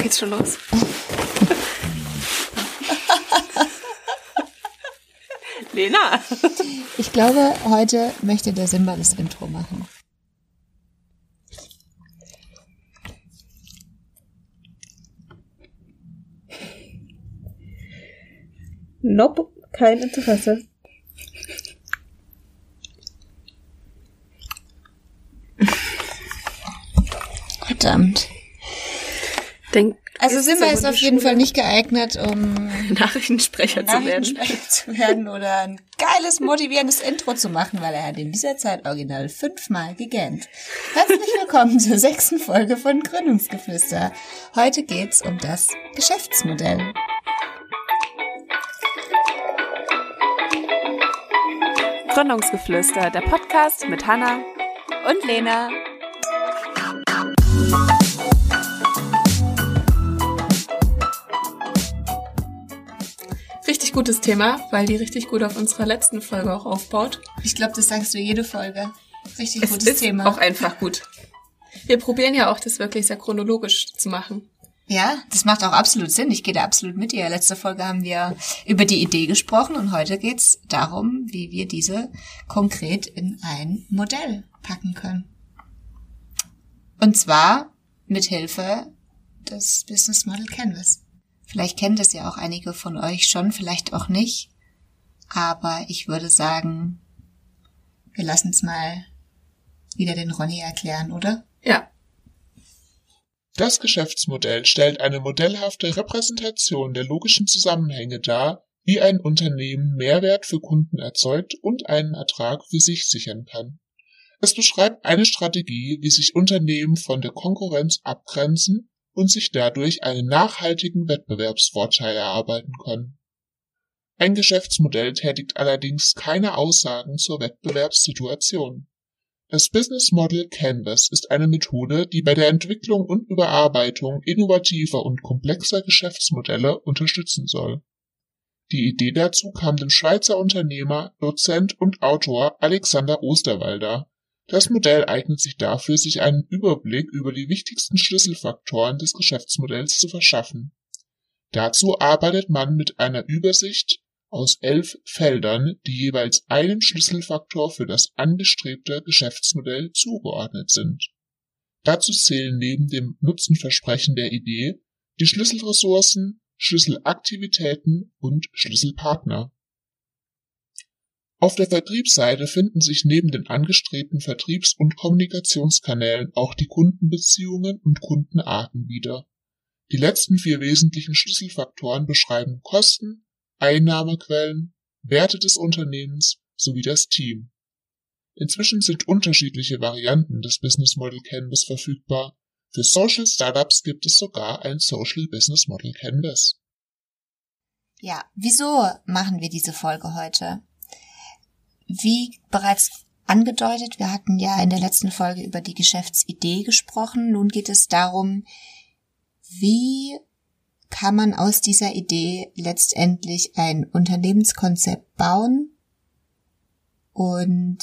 Geht's schon los? Lena! Ich glaube, heute möchte der Simba das Intro machen. Nope, kein Interesse. Verdammt. Also Simba ist auf jeden Fall nicht geeignet, um Nachrichtensprecher zu werden oder ein geiles, motivierendes Intro zu machen, weil er hat in dieser Zeit original 5-mal gegähnt. Herzlich willkommen zur 6. Folge von Gründungsgeflüster. Heute geht's um das Geschäftsmodell. Gründungsgeflüster, der Podcast mit Hannah und Lena. Richtig gutes Thema, weil die richtig gut auf unserer letzten Folge auch aufbaut. Ich glaube, das sagst du jede Folge. Richtig gutes Thema. Es Thema. Ist auch einfach gut. Wir probieren ja auch, das wirklich sehr chronologisch zu machen. Ja, das macht auch absolut Sinn. Ich gehe da absolut mit dir. Letzte Folge haben wir über die Idee gesprochen und heute geht's darum, wie wir diese konkret in ein Modell packen können. Und zwar mit Hilfe des Business Model Canvas. Vielleicht kennen das ja auch einige von euch schon, vielleicht auch nicht. Aber ich würde sagen, wir lassen es mal wieder den Ronny erklären, oder? Ja. Das Geschäftsmodell stellt eine modellhafte Repräsentation der logischen Zusammenhänge dar, wie ein Unternehmen Mehrwert für Kunden erzeugt und einen Ertrag für sich sichern kann. Es beschreibt eine Strategie, wie sich Unternehmen von der Konkurrenz abgrenzen und sich dadurch einen nachhaltigen Wettbewerbsvorteil erarbeiten können. Ein Geschäftsmodell tätigt allerdings keine Aussagen zur Wettbewerbssituation. Das Business Model Canvas ist eine Methode, die bei der Entwicklung und Überarbeitung innovativer und komplexer Geschäftsmodelle unterstützen soll. Die Idee dazu kam dem Schweizer Unternehmer, Dozent und Autor Alexander Osterwalder. Das Modell eignet sich dafür, sich einen Überblick über die wichtigsten Schlüsselfaktoren des Geschäftsmodells zu verschaffen. Dazu arbeitet man mit einer Übersicht aus 11 Feldern, die jeweils einem Schlüsselfaktor für das angestrebte Geschäftsmodell zugeordnet sind. Dazu zählen neben dem Nutzenversprechen der Idee die Schlüsselressourcen, Schlüsselaktivitäten und Schlüsselpartner. Auf der Vertriebsseite finden sich neben den angestrebten Vertriebs- und Kommunikationskanälen auch die Kundenbeziehungen und Kundenarten wieder. Die letzten 4 wesentlichen Schlüsselfaktoren beschreiben Kosten, Einnahmequellen, Werte des Unternehmens sowie das Team. Inzwischen sind unterschiedliche Varianten des Business Model Canvas verfügbar. Für Social Startups gibt es sogar ein Social Business Model Canvas. Ja, wieso machen wir diese Folge heute? Wie bereits angedeutet, wir hatten ja in der letzten Folge über die Geschäftsidee gesprochen. Nun geht es darum, wie kann man aus dieser Idee letztendlich ein Unternehmenskonzept bauen und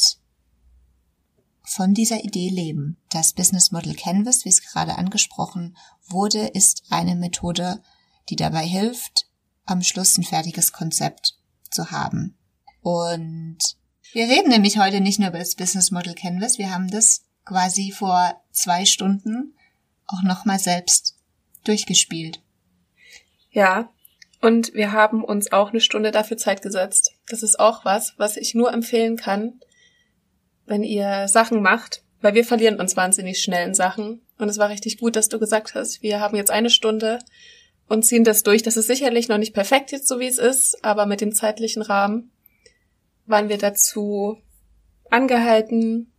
von dieser Idee leben. Das Business Model Canvas, wie es gerade angesprochen wurde, ist eine Methode, die dabei hilft, am Schluss ein fertiges Konzept zu haben. Und wir reden nämlich heute nicht nur über das Business Model Canvas, wir haben das quasi vor 2 Stunden auch nochmal selbst durchgespielt. Ja, und wir haben uns auch 1 Stunde dafür Zeit gesetzt. Das ist auch was ich nur empfehlen kann, wenn ihr Sachen macht, weil wir verlieren uns wahnsinnig schnell in Sachen. Und es war richtig gut, dass du gesagt hast, wir haben jetzt 1 Stunde und ziehen das durch. Das ist sicherlich noch nicht perfekt jetzt, so wie es ist, aber mit dem zeitlichen Rahmen waren wir dazu angehalten,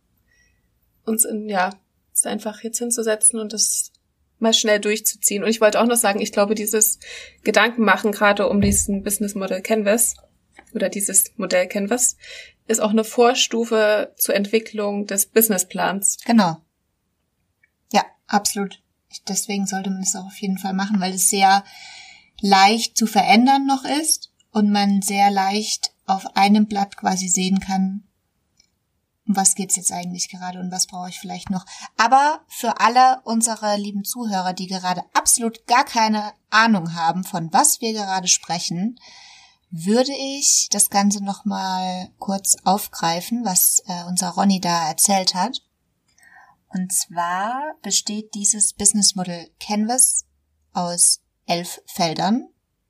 uns einfach jetzt hinzusetzen und das mal schnell durchzuziehen. Und ich wollte auch noch sagen, ich glaube, dieses Gedankenmachen gerade um diesen Business Model Canvas oder dieses Modell Canvas ist auch eine Vorstufe zur Entwicklung des Businessplans. Genau. Ja, absolut. Deswegen sollte man es auch auf jeden Fall machen, weil es sehr leicht zu verändern noch ist und man sehr leicht auf einem Blatt quasi sehen kann, um was geht's jetzt eigentlich gerade und was brauche ich vielleicht noch. Aber für alle unsere lieben Zuhörer, die gerade absolut gar keine Ahnung haben, von was wir gerade sprechen, würde ich das Ganze nochmal kurz aufgreifen, was unser Ronny da erzählt hat. Und zwar besteht dieses Business Model Canvas aus 11 Feldern.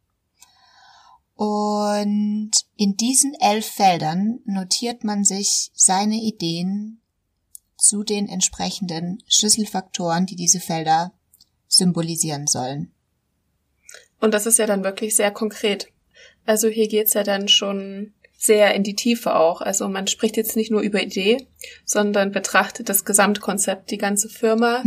Und in diesen 11 Feldern notiert man sich seine Ideen zu den entsprechenden Schlüsselfaktoren, die diese Felder symbolisieren sollen. Und das ist ja dann wirklich sehr konkret. Also hier geht's ja dann schon sehr in die Tiefe auch. Also man spricht jetzt nicht nur über Idee, sondern betrachtet das Gesamtkonzept, die ganze Firma,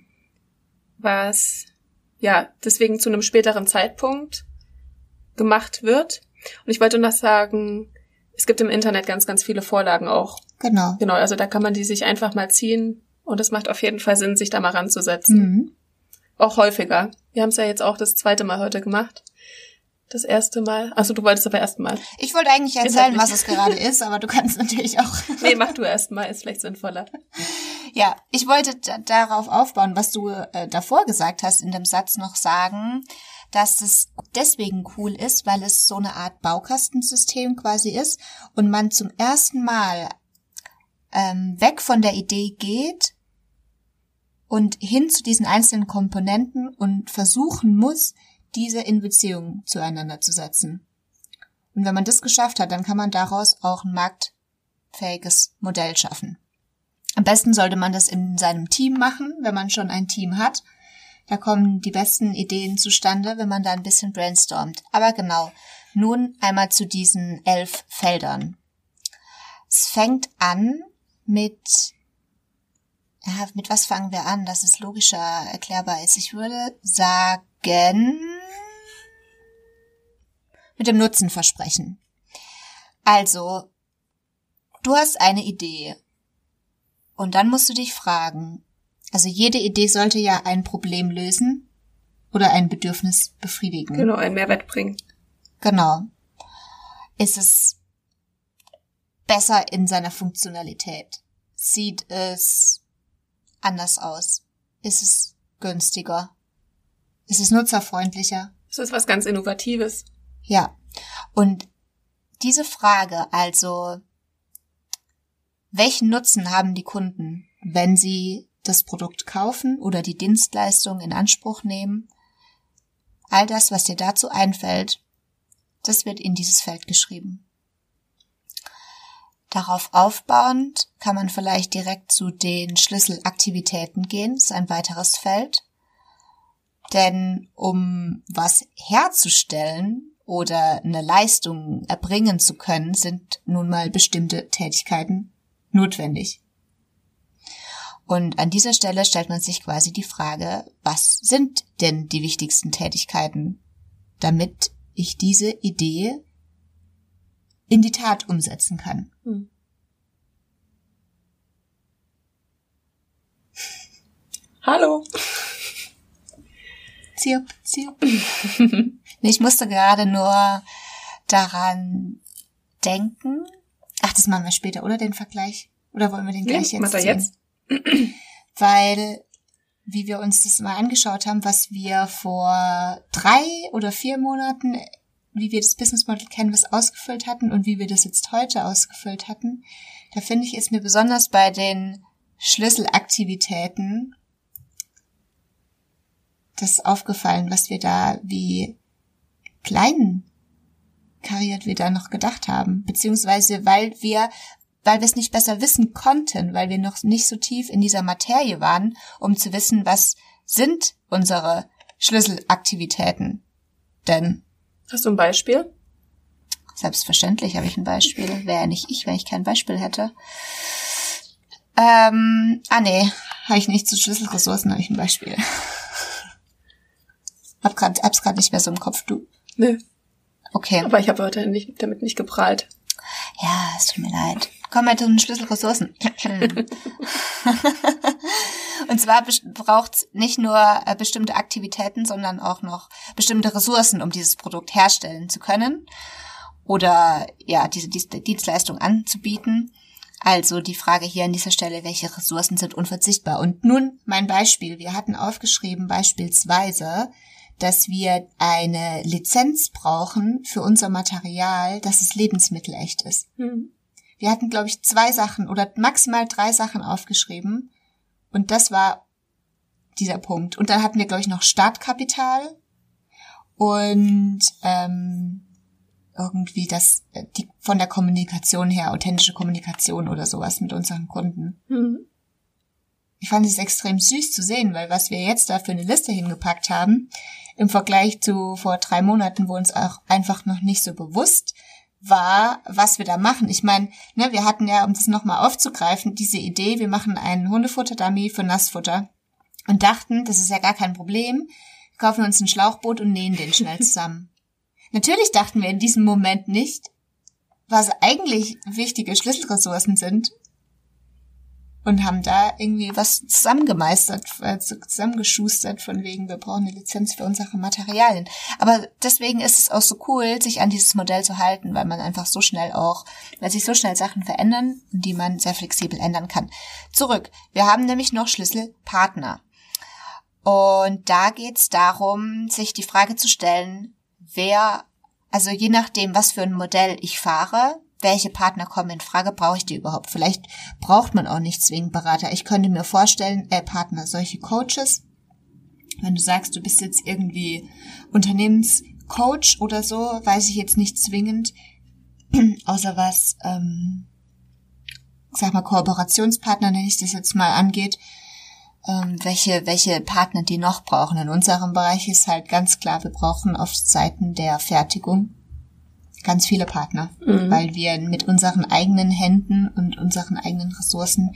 was ja deswegen zu einem späteren Zeitpunkt gemacht wird. Und ich wollte noch sagen, es gibt im Internet ganz, ganz viele Vorlagen auch. Genau. Genau, also da kann man die sich einfach mal ziehen und es macht auf jeden Fall Sinn, sich da mal ranzusetzen. Auch häufiger. Wir haben es ja jetzt auch das 2. Mal heute gemacht. Das 1. Mal. Also du wolltest aber erst mal. Ich wollte eigentlich erzählen, was es gerade ist, aber du kannst natürlich auch. Nee, mach du erst mal, ist vielleicht sinnvoller. Ja, ich wollte darauf aufbauen, was du davor gesagt hast, in dem Satz noch sagen, dass es deswegen cool ist, weil es so eine Art Baukastensystem quasi ist und man zum ersten Mal weg von der Idee geht und hin zu diesen einzelnen Komponenten und versuchen muss, diese in Beziehung zueinander zu setzen. Und wenn man das geschafft hat, dann kann man daraus auch ein marktfähiges Modell schaffen. Am besten sollte man das in seinem Team machen, wenn man schon ein Team hat. Da kommen die besten Ideen zustande, wenn man da ein bisschen brainstormt. Aber genau, nun einmal zu diesen 11 Feldern. Es fängt an mit was fangen wir an, dass es logischer erklärbar ist? Ich würde sagen, mit dem Nutzenversprechen. Also, du hast eine Idee und dann musst du dich fragen, also jede Idee sollte ja ein Problem lösen oder ein Bedürfnis befriedigen. Genau, einen Mehrwert bringen. Genau. Ist es besser in seiner Funktionalität? Sieht es anders aus? Ist es günstiger? Ist es nutzerfreundlicher? Es ist was ganz Innovatives. Ja. Und diese Frage, also, welchen Nutzen haben die Kunden, wenn sie das Produkt kaufen oder die Dienstleistung in Anspruch nehmen? All das, was dir dazu einfällt, das wird in dieses Feld geschrieben. Darauf aufbauend kann man vielleicht direkt zu den Schlüsselaktivitäten gehen. Das ist ein weiteres Feld. Denn um was herzustellen oder eine Leistung erbringen zu können, sind nun mal bestimmte Tätigkeiten notwendig. Und an dieser Stelle stellt man sich quasi die Frage, was sind denn die wichtigsten Tätigkeiten, damit ich diese Idee in die Tat umsetzen kann. Hallo. Zirp, zirp. Ich musste gerade nur daran denken. Ach, das machen wir später, oder den Vergleich? Oder wollen wir den gleich jetzt ziehen? Jetzt? Weil, wie wir uns das mal angeschaut haben, was wir vor 3 oder 4 Monaten, wie wir das Business Model Canvas ausgefüllt hatten und wie wir das jetzt heute ausgefüllt hatten, da finde ich, ist mir besonders bei den Schlüsselaktivitäten das aufgefallen, was wir da, wie klein kariert wir da noch gedacht haben, beziehungsweise weil wir es nicht besser wissen konnten, weil wir noch nicht so tief in dieser Materie waren, um zu wissen, was sind unsere Schlüsselaktivitäten. Denn hast du ein Beispiel? Selbstverständlich habe ich ein Beispiel. Wäre ja nicht ich, wenn ich kein Beispiel hätte. Nee, habe ich nicht. Zu Schlüsselressourcen habe ich ein Beispiel. Hab's grad nicht mehr so im Kopf, du? Nö. Okay. Aber ich habe heute damit nicht geprahlt. Ja, es tut mir leid. Kommen wir zu den Schlüsselressourcen. Und zwar braucht es nicht nur bestimmte Aktivitäten, sondern auch noch bestimmte Ressourcen, um dieses Produkt herstellen zu können oder ja diese Dienstleistung anzubieten. Also die Frage hier an dieser Stelle, welche Ressourcen sind unverzichtbar? Und nun mein Beispiel. Wir hatten aufgeschrieben beispielsweise, dass wir eine Lizenz brauchen für unser Material, dass es lebensmittelecht ist. Wir hatten, glaube ich, 2 Sachen oder maximal 3 Sachen aufgeschrieben. Und das war dieser Punkt. Und dann hatten wir, glaube ich, noch Startkapital und irgendwie die von der Kommunikation her, authentische Kommunikation oder sowas mit unseren Kunden. Ich fand es extrem süß zu sehen, weil was wir jetzt da für eine Liste hingepackt haben, im Vergleich zu vor 3 Monaten, wo uns auch einfach noch nicht so bewusst war, was wir da machen. Ich meine, ne, wir hatten ja, um das nochmal aufzugreifen, diese Idee, wir machen einen Hundefutter-Dummy für Nassfutter und dachten, das ist ja gar kein Problem, wir kaufen uns ein Schlauchboot und nähen den schnell zusammen. Natürlich dachten wir in diesem Moment nicht, was eigentlich wichtige Schlüsselressourcen sind und haben da irgendwie was zusammengeschustert von wegen, wir brauchen eine Lizenz für unsere Materialien. Aber deswegen ist es auch so cool, sich an dieses Modell zu halten, weil sich so schnell Sachen verändern, die man sehr flexibel ändern kann. Zurück. Wir haben nämlich noch Schlüsselpartner. Und da geht es darum, sich die Frage zu stellen, also je nachdem, was für ein Modell ich fahre, welche Partner kommen in Frage, brauche ich die überhaupt? Vielleicht braucht man auch nicht zwingend Berater. Ich könnte mir vorstellen, Partner, solche Coaches, wenn du sagst, du bist jetzt irgendwie Unternehmenscoach oder so, weiß ich jetzt nicht zwingend, außer was, sag mal, Kooperationspartner, nenne ich das jetzt mal, angeht, welche Partner die noch brauchen. In unserem Bereich ist halt ganz klar, wir brauchen auf Seiten der Fertigung ganz viele Partner, weil wir mit unseren eigenen Händen und unseren eigenen Ressourcen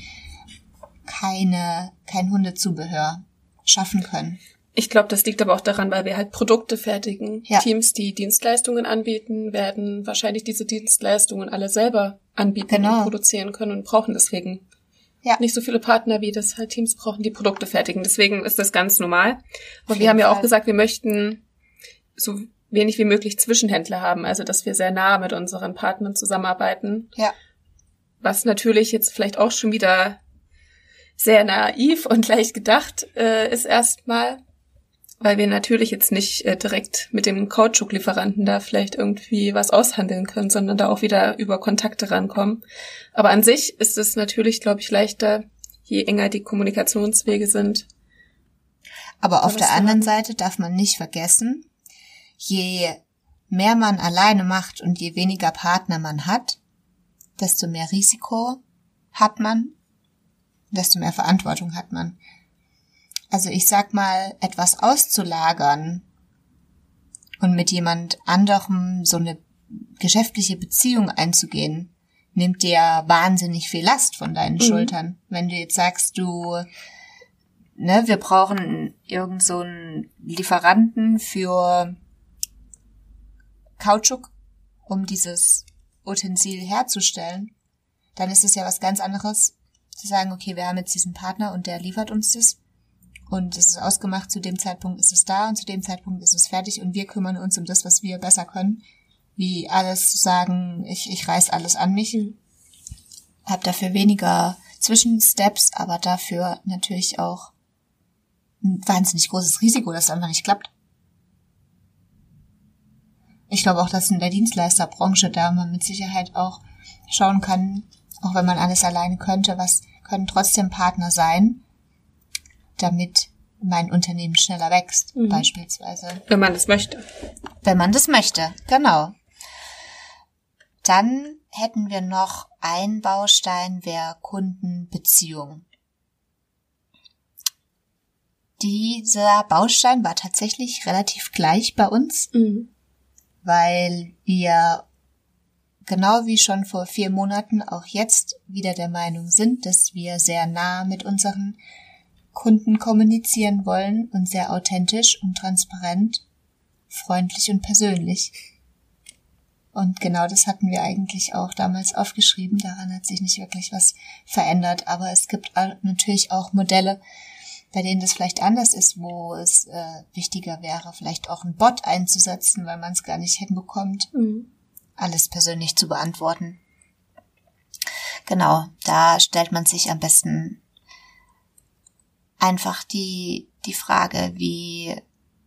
kein Hundezubehör schaffen können. Ich glaube, das liegt aber auch daran, weil wir halt Produkte fertigen. Ja. Teams, die Dienstleistungen anbieten, werden wahrscheinlich diese Dienstleistungen alle selber anbieten Genau. und produzieren können und brauchen deswegen nicht so viele Partner, wie das halt Teams brauchen, die Produkte fertigen. Deswegen ist das ganz normal. Und wir haben ja auch gesagt, wir möchten so wenig wie möglich Zwischenhändler haben, also dass wir sehr nah mit unseren Partnern zusammenarbeiten. Ja. Was natürlich jetzt vielleicht auch schon wieder sehr naiv und leicht gedacht ist erstmal, weil wir natürlich jetzt nicht direkt mit dem Kautschuklieferanten da vielleicht irgendwie was aushandeln können, sondern da auch wieder über Kontakte rankommen. Aber an sich ist es natürlich, glaube ich, leichter, je enger die Kommunikationswege sind. Aber auf der anderen Seite darf man nicht vergessen, je mehr man alleine macht und je weniger Partner man hat, desto mehr Risiko hat man, desto mehr Verantwortung hat man. Also ich sag mal, etwas auszulagern und mit jemand anderem so eine geschäftliche Beziehung einzugehen, nimmt dir wahnsinnig viel Last von deinen Schultern. Wenn du jetzt sagst, wir brauchen irgend so einen Lieferanten für Kautschuk, um dieses Utensil herzustellen, dann ist es ja was ganz anderes, zu sagen, okay, wir haben jetzt diesen Partner und der liefert uns das. Und es ist ausgemacht, zu dem Zeitpunkt ist es da und zu dem Zeitpunkt ist es fertig und wir kümmern uns um das, was wir besser können. Wie alles zu sagen, ich reiß alles an mich. Hab dafür weniger Zwischensteps, aber dafür natürlich auch ein wahnsinnig großes Risiko, dass es einfach nicht klappt. Ich glaube auch, dass in der Dienstleisterbranche da man mit Sicherheit auch schauen kann, auch wenn man alles alleine könnte, was können trotzdem Partner sein, damit mein Unternehmen schneller wächst, beispielsweise. Wenn man das möchte. Wenn man das möchte, genau. Dann hätten wir noch einen Baustein, wäre Kundenbeziehung. Dieser Baustein war tatsächlich relativ gleich bei uns, weil wir genau wie schon vor 4 Monaten auch jetzt wieder der Meinung sind, dass wir sehr nah mit unseren Kunden kommunizieren wollen und sehr authentisch und transparent, freundlich und persönlich. Und genau das hatten wir eigentlich auch damals aufgeschrieben. Daran hat sich nicht wirklich was verändert. Aber es gibt natürlich auch Modelle, bei denen das vielleicht anders ist, wo es wichtiger wäre, vielleicht auch einen Bot einzusetzen, weil man es gar nicht hinbekommt, alles persönlich zu beantworten. Genau, da stellt man sich am besten einfach die Frage, wie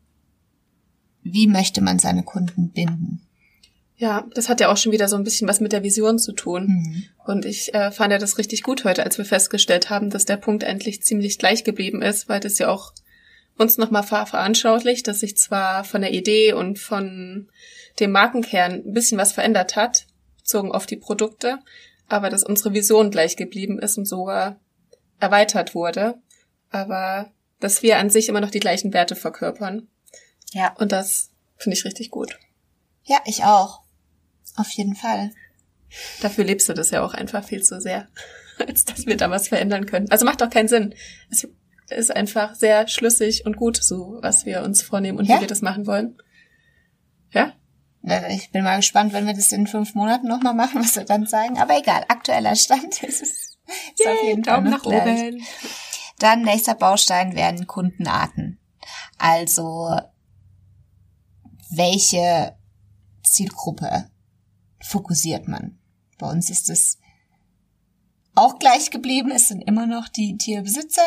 möchte man seine Kunden binden? Ja, das hat ja auch schon wieder so ein bisschen was mit der Vision zu tun. Und ich fand ja das richtig gut heute, als wir festgestellt haben, dass der Punkt eigentlich ziemlich gleich geblieben ist, weil das ja auch uns nochmal veranschaulicht, dass sich zwar von der Idee und von dem Markenkern ein bisschen was verändert hat, bezogen auf die Produkte, aber dass unsere Vision gleich geblieben ist und sogar erweitert wurde, aber dass wir an sich immer noch die gleichen Werte verkörpern. Ja. Und das finde ich richtig gut. Ja, ich auch. Auf jeden Fall. Dafür lebst du das ja auch einfach viel zu sehr, als dass wir da was verändern können. Also macht doch keinen Sinn. Es ist einfach sehr schlüssig und gut, so was wir uns vornehmen und wie wir das machen wollen. Ja? Ich bin mal gespannt, wenn wir das in 5 Monaten nochmal machen, was wir dann sagen. Aber egal, aktueller Stand ist auf jeden Fall noch gleich. Oben. Dann nächster Baustein werden Kundenarten. Also welche Zielgruppe fokussiert man? Bei uns ist es auch gleich geblieben. Es sind immer noch die Tierbesitzer.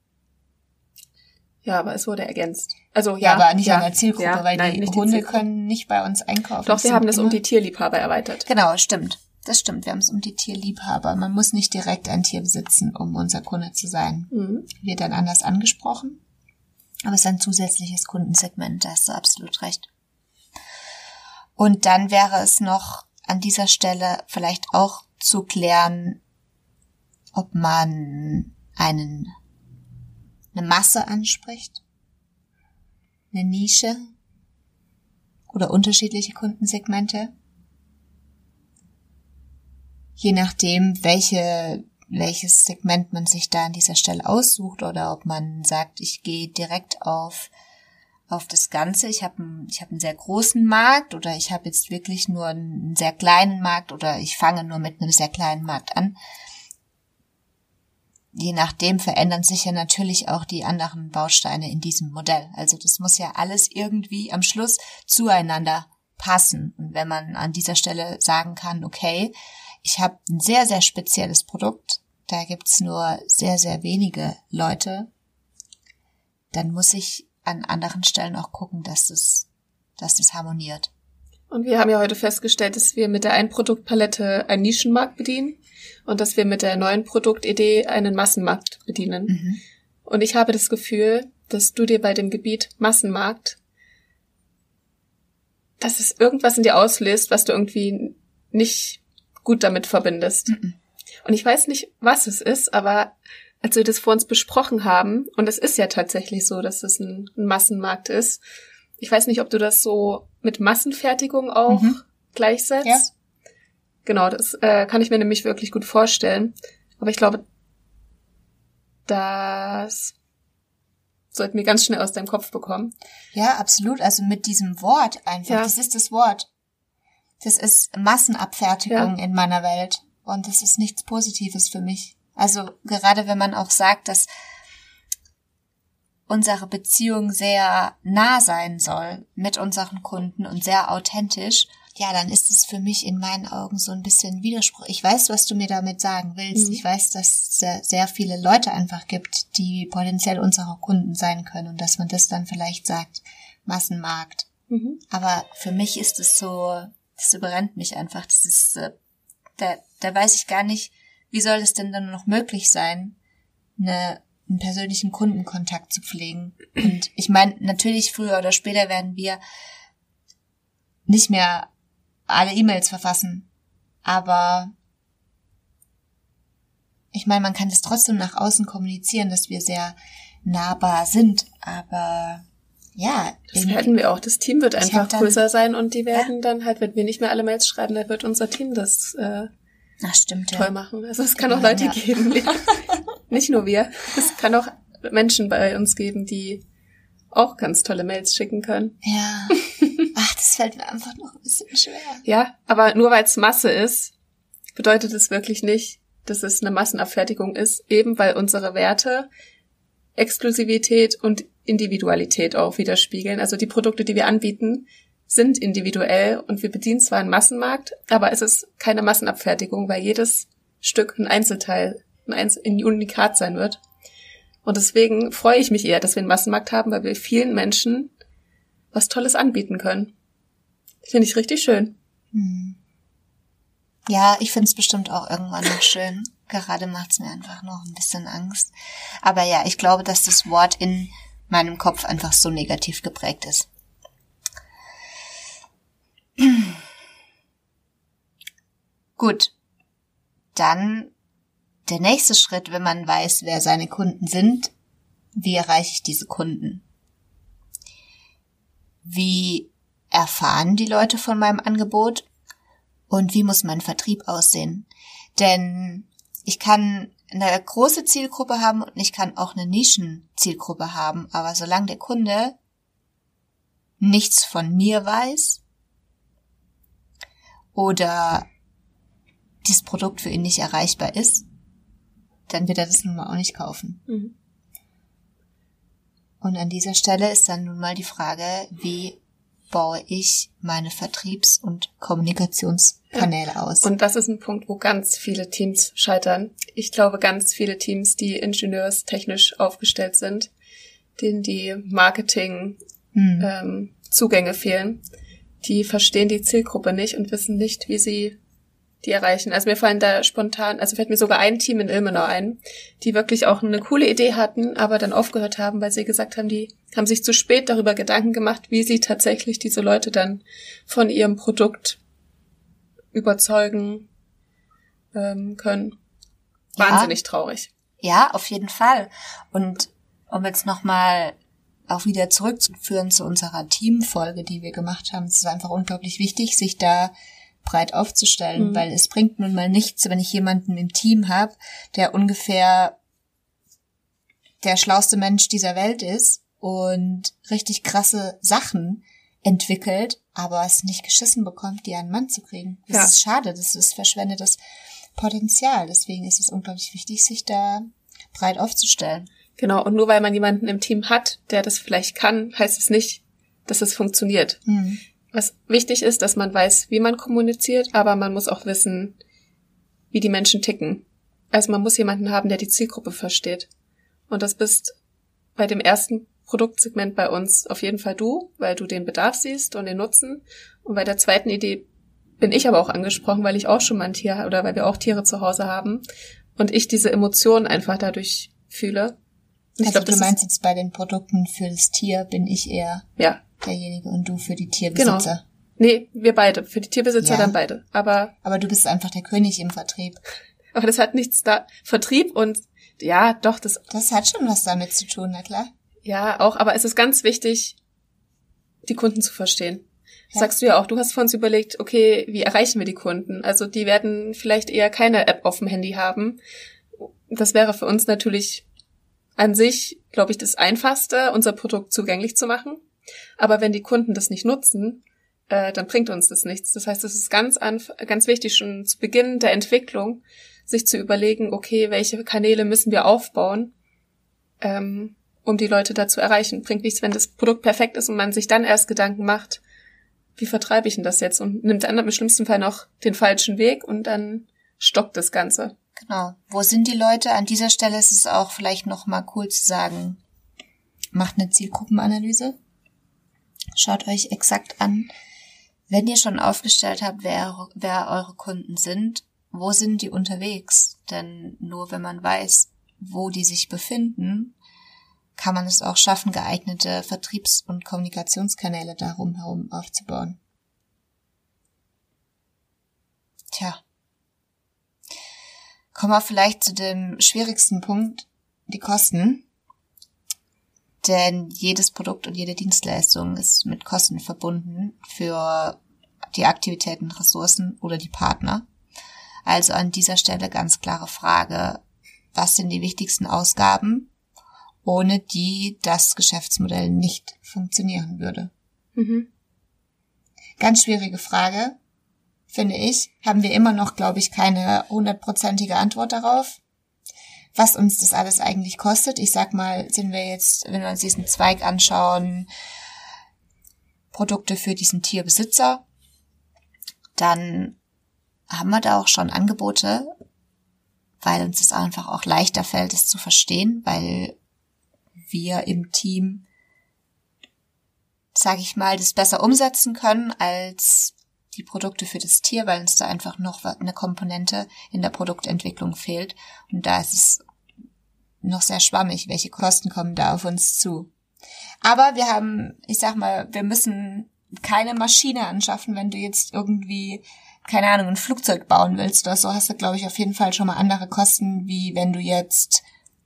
Ja, aber es wurde ergänzt. Also ja, aber nicht an der Zielgruppe, weil die Hunde können nicht bei uns einkaufen. Doch, wir haben das um die Tierliebhaber erweitert. Genau, stimmt. Das stimmt, wir haben es um die Tierliebhaber. Man muss nicht direkt ein Tier besitzen, um unser Kunde zu sein. Wird dann anders angesprochen. Aber es ist ein zusätzliches Kundensegment, da hast du absolut recht. Und dann wäre es noch an dieser Stelle vielleicht auch zu klären, ob man eine Masse anspricht, eine Nische oder unterschiedliche Kundensegmente. Je nachdem, welches Segment man sich da an dieser Stelle aussucht oder ob man sagt, ich gehe direkt auf das Ganze. Ich habe einen sehr großen Markt oder ich habe jetzt wirklich nur einen sehr kleinen Markt oder ich fange nur mit einem sehr kleinen Markt an. Je nachdem verändern sich ja natürlich auch die anderen Bausteine in diesem Modell. Also das muss ja alles irgendwie am Schluss zueinander passen. Und wenn man an dieser Stelle sagen kann, okay, ich habe ein sehr, sehr spezielles Produkt, da gibt's nur sehr, sehr wenige Leute, dann muss ich an anderen Stellen auch gucken, dass das harmoniert. Und wir haben ja heute festgestellt, dass wir mit der einen Produktpalette einen Nischenmarkt bedienen und dass wir mit der neuen Produktidee einen Massenmarkt bedienen. Und ich habe das Gefühl, dass du dir bei dem Gebiet Massenmarkt, dass es irgendwas in dir auslöst, was du irgendwie nicht gut damit verbindest. Und ich weiß nicht, was es ist, aber als wir das vor uns besprochen haben, und es ist ja tatsächlich so, dass es ein Massenmarkt ist, ich weiß nicht, ob du das so mit Massenfertigung auch gleichsetzt. Ja. Genau, das kann ich mir nämlich wirklich gut vorstellen. Aber ich glaube, das sollten wir ganz schnell aus deinem Kopf bekommen. Ja, absolut. Also mit diesem Wort einfach. Ja. Das ist das Wort. Das ist Massenabfertigung in meiner Welt. Und das ist nichts Positives für mich. Also gerade wenn man auch sagt, dass unsere Beziehung sehr nah sein soll mit unseren Kunden und sehr authentisch, ja, dann ist es für mich in meinen Augen so ein bisschen Widerspruch. Ich weiß, was du mir damit sagen willst. Ich weiß, dass es sehr viele Leute einfach gibt, die potenziell unsere Kunden sein können und dass man das dann vielleicht sagt, Massenmarkt. Aber für mich ist es so, das überrennt mich einfach. Das ist, da weiß ich gar nicht, wie soll es denn dann noch möglich sein, einen persönlichen Kundenkontakt zu pflegen? Und ich meine, natürlich früher oder später werden wir nicht mehr alle E-Mails verfassen. Aber ich meine, man kann das trotzdem nach außen kommunizieren, dass wir sehr nahbar sind. Aber ja. Das werden wir auch. Das Team wird einfach größer sein und die werden dann halt, wenn wir nicht mehr alle Mails schreiben, dann wird unser Team das stimmt, toll machen. Also es kann auch Leute geben, nicht nur wir. Es kann auch Menschen bei uns geben, die auch ganz tolle Mails schicken können. Ja. Ach, das fällt mir einfach noch ein bisschen schwer. Ja, aber nur weil es Masse ist, bedeutet es wirklich nicht, dass es eine Massenabfertigung ist, eben weil unsere Werte Exklusivität und Individualität auch widerspiegeln. Also die Produkte, die wir anbieten, sind individuell und wir bedienen zwar einen Massenmarkt, aber es ist keine Massenabfertigung, weil jedes Stück, ein Einzelteil, ein Unikat sein wird. Und deswegen freue ich mich eher, dass wir einen Massenmarkt haben, weil wir vielen Menschen was Tolles anbieten können. Finde ich richtig schön. Ja, ich finde es bestimmt auch irgendwann noch schön. Gerade macht es mir einfach noch ein bisschen Angst. Aber ja, ich glaube, dass das Wort in meinem Kopf einfach so negativ geprägt ist. Gut, dann der nächste Schritt, wenn man weiß, wer seine Kunden sind. Wie erreiche ich diese Kunden? Wie erfahren die Leute von meinem Angebot? Und wie muss mein Vertrieb aussehen? Denn ich kann eine große Zielgruppe haben und ich kann auch eine Nischenzielgruppe haben. Aber solange der Kunde nichts von mir weiß oder dieses Produkt für ihn nicht erreichbar ist, dann wird er das nun mal auch nicht kaufen. Mhm. Und an dieser Stelle ist dann nun mal die Frage, wie baue ich meine Vertriebs- und Kommunikationskanäle aus? Und das ist ein Punkt, wo ganz viele Teams scheitern. Ich glaube, ganz viele Teams, die ingenieurstechnisch aufgestellt sind, denen die Marketing-Zugänge fehlen, die verstehen die Zielgruppe nicht und wissen nicht, wie sie die erreichen. Also mir fallen da spontan, also fällt mir sogar ein Team in Ilmenau ein, die wirklich auch eine coole Idee hatten, aber dann aufgehört haben, weil sie gesagt haben, die haben sich zu spät darüber Gedanken gemacht, wie sie tatsächlich diese Leute dann von ihrem Produkt überzeugen können. Wahnsinnig traurig. Ja, auf jeden Fall. Und um jetzt nochmal auch wieder zurückzuführen zu unserer Teamfolge, die wir gemacht haben, es ist einfach unglaublich wichtig, sich da breit aufzustellen, weil es bringt nun mal nichts, wenn ich jemanden im Team habe, der ungefähr der schlauste Mensch dieser Welt ist und richtig krasse Sachen entwickelt, aber es nicht geschissen bekommt, die an den Mann zu kriegen. Das ist schade, das ist verschwendetes Potenzial. Deswegen ist es unglaublich wichtig, sich da breit aufzustellen. Genau, und nur weil man jemanden im Team hat, der das vielleicht kann, heißt es nicht, dass es funktioniert. Was wichtig ist, dass man weiß, wie man kommuniziert, aber man muss auch wissen, wie die Menschen ticken. Also man muss jemanden haben, der die Zielgruppe versteht. Und das bist bei dem ersten Produktsegment bei uns auf jeden Fall du, weil du den Bedarf siehst und den Nutzen. Und bei der zweiten Idee bin ich aber auch angesprochen, weil ich auch schon mal ein Tier oder weil wir auch Tiere zu Hause haben und ich diese Emotionen einfach dadurch fühle. Und also du meinst jetzt bei den Produkten für das Tier bin ich eher derjenige und du für die Tierbesitzer. Genau. Nee, wir beide. Für die Tierbesitzer dann beide. Aber du bist einfach der König im Vertrieb. Aber das hat nichts da. Vertrieb und ja, doch, das hat schon was damit zu tun, na klar. Ja, auch, aber es ist ganz wichtig, die Kunden zu verstehen. Ja. Sagst du ja auch, du hast vor uns überlegt, okay, wie erreichen wir die Kunden? Also die werden vielleicht eher keine App auf dem Handy haben. Das wäre für uns natürlich an sich, glaube ich, das Einfachste, unser Produkt zugänglich zu machen. Aber wenn die Kunden das nicht nutzen, dann bringt uns das nichts. Das heißt, es ist ganz wichtig, schon zu Beginn der Entwicklung, sich zu überlegen, okay, welche Kanäle müssen wir aufbauen, um die Leute da zu erreichen. Bringt nichts, wenn das Produkt perfekt ist und man sich dann erst Gedanken macht, wie vertreibe ich denn das jetzt? Und nimmt dann im schlimmsten Fall noch den falschen Weg und dann stockt das Ganze. Genau. Wo sind die Leute? An dieser Stelle ist es auch vielleicht noch mal cool zu sagen, macht eine Zielgruppenanalyse. Schaut euch exakt an, wenn ihr schon aufgestellt habt, wer eure Kunden sind, wo sind die unterwegs? Denn nur wenn man weiß, wo die sich befinden, kann man es auch schaffen, geeignete Vertriebs- und Kommunikationskanäle darum herum aufzubauen. Tja. Kommen wir vielleicht zu dem schwierigsten Punkt, die Kosten. Denn jedes Produkt und jede Dienstleistung ist mit Kosten verbunden für die Aktivitäten, Ressourcen oder die Partner. Also an dieser Stelle ganz klare Frage, was sind die wichtigsten Ausgaben, ohne die das Geschäftsmodell nicht funktionieren würde? Ganz schwierige Frage, finde ich. Haben wir immer noch, glaube ich, keine 100%ige Antwort darauf, was uns das alles eigentlich kostet. Ich sag mal, sind wir jetzt, wenn wir uns diesen Zweig anschauen, Produkte für diesen Tierbesitzer, dann haben wir da auch schon Angebote, weil uns es einfach auch leichter fällt, es zu verstehen, weil wir im Team, sage ich mal, das besser umsetzen können als die Produkte für das Tier, weil uns da einfach noch eine Komponente in der Produktentwicklung fehlt. Und da ist es noch sehr schwammig, welche Kosten kommen da auf uns zu. Aber wir haben, ich sag mal, wir müssen keine Maschine anschaffen, wenn du jetzt irgendwie, keine Ahnung, ein Flugzeug bauen willst oder so, hast du, glaube ich, auf jeden Fall schon mal andere Kosten, wie wenn du jetzt,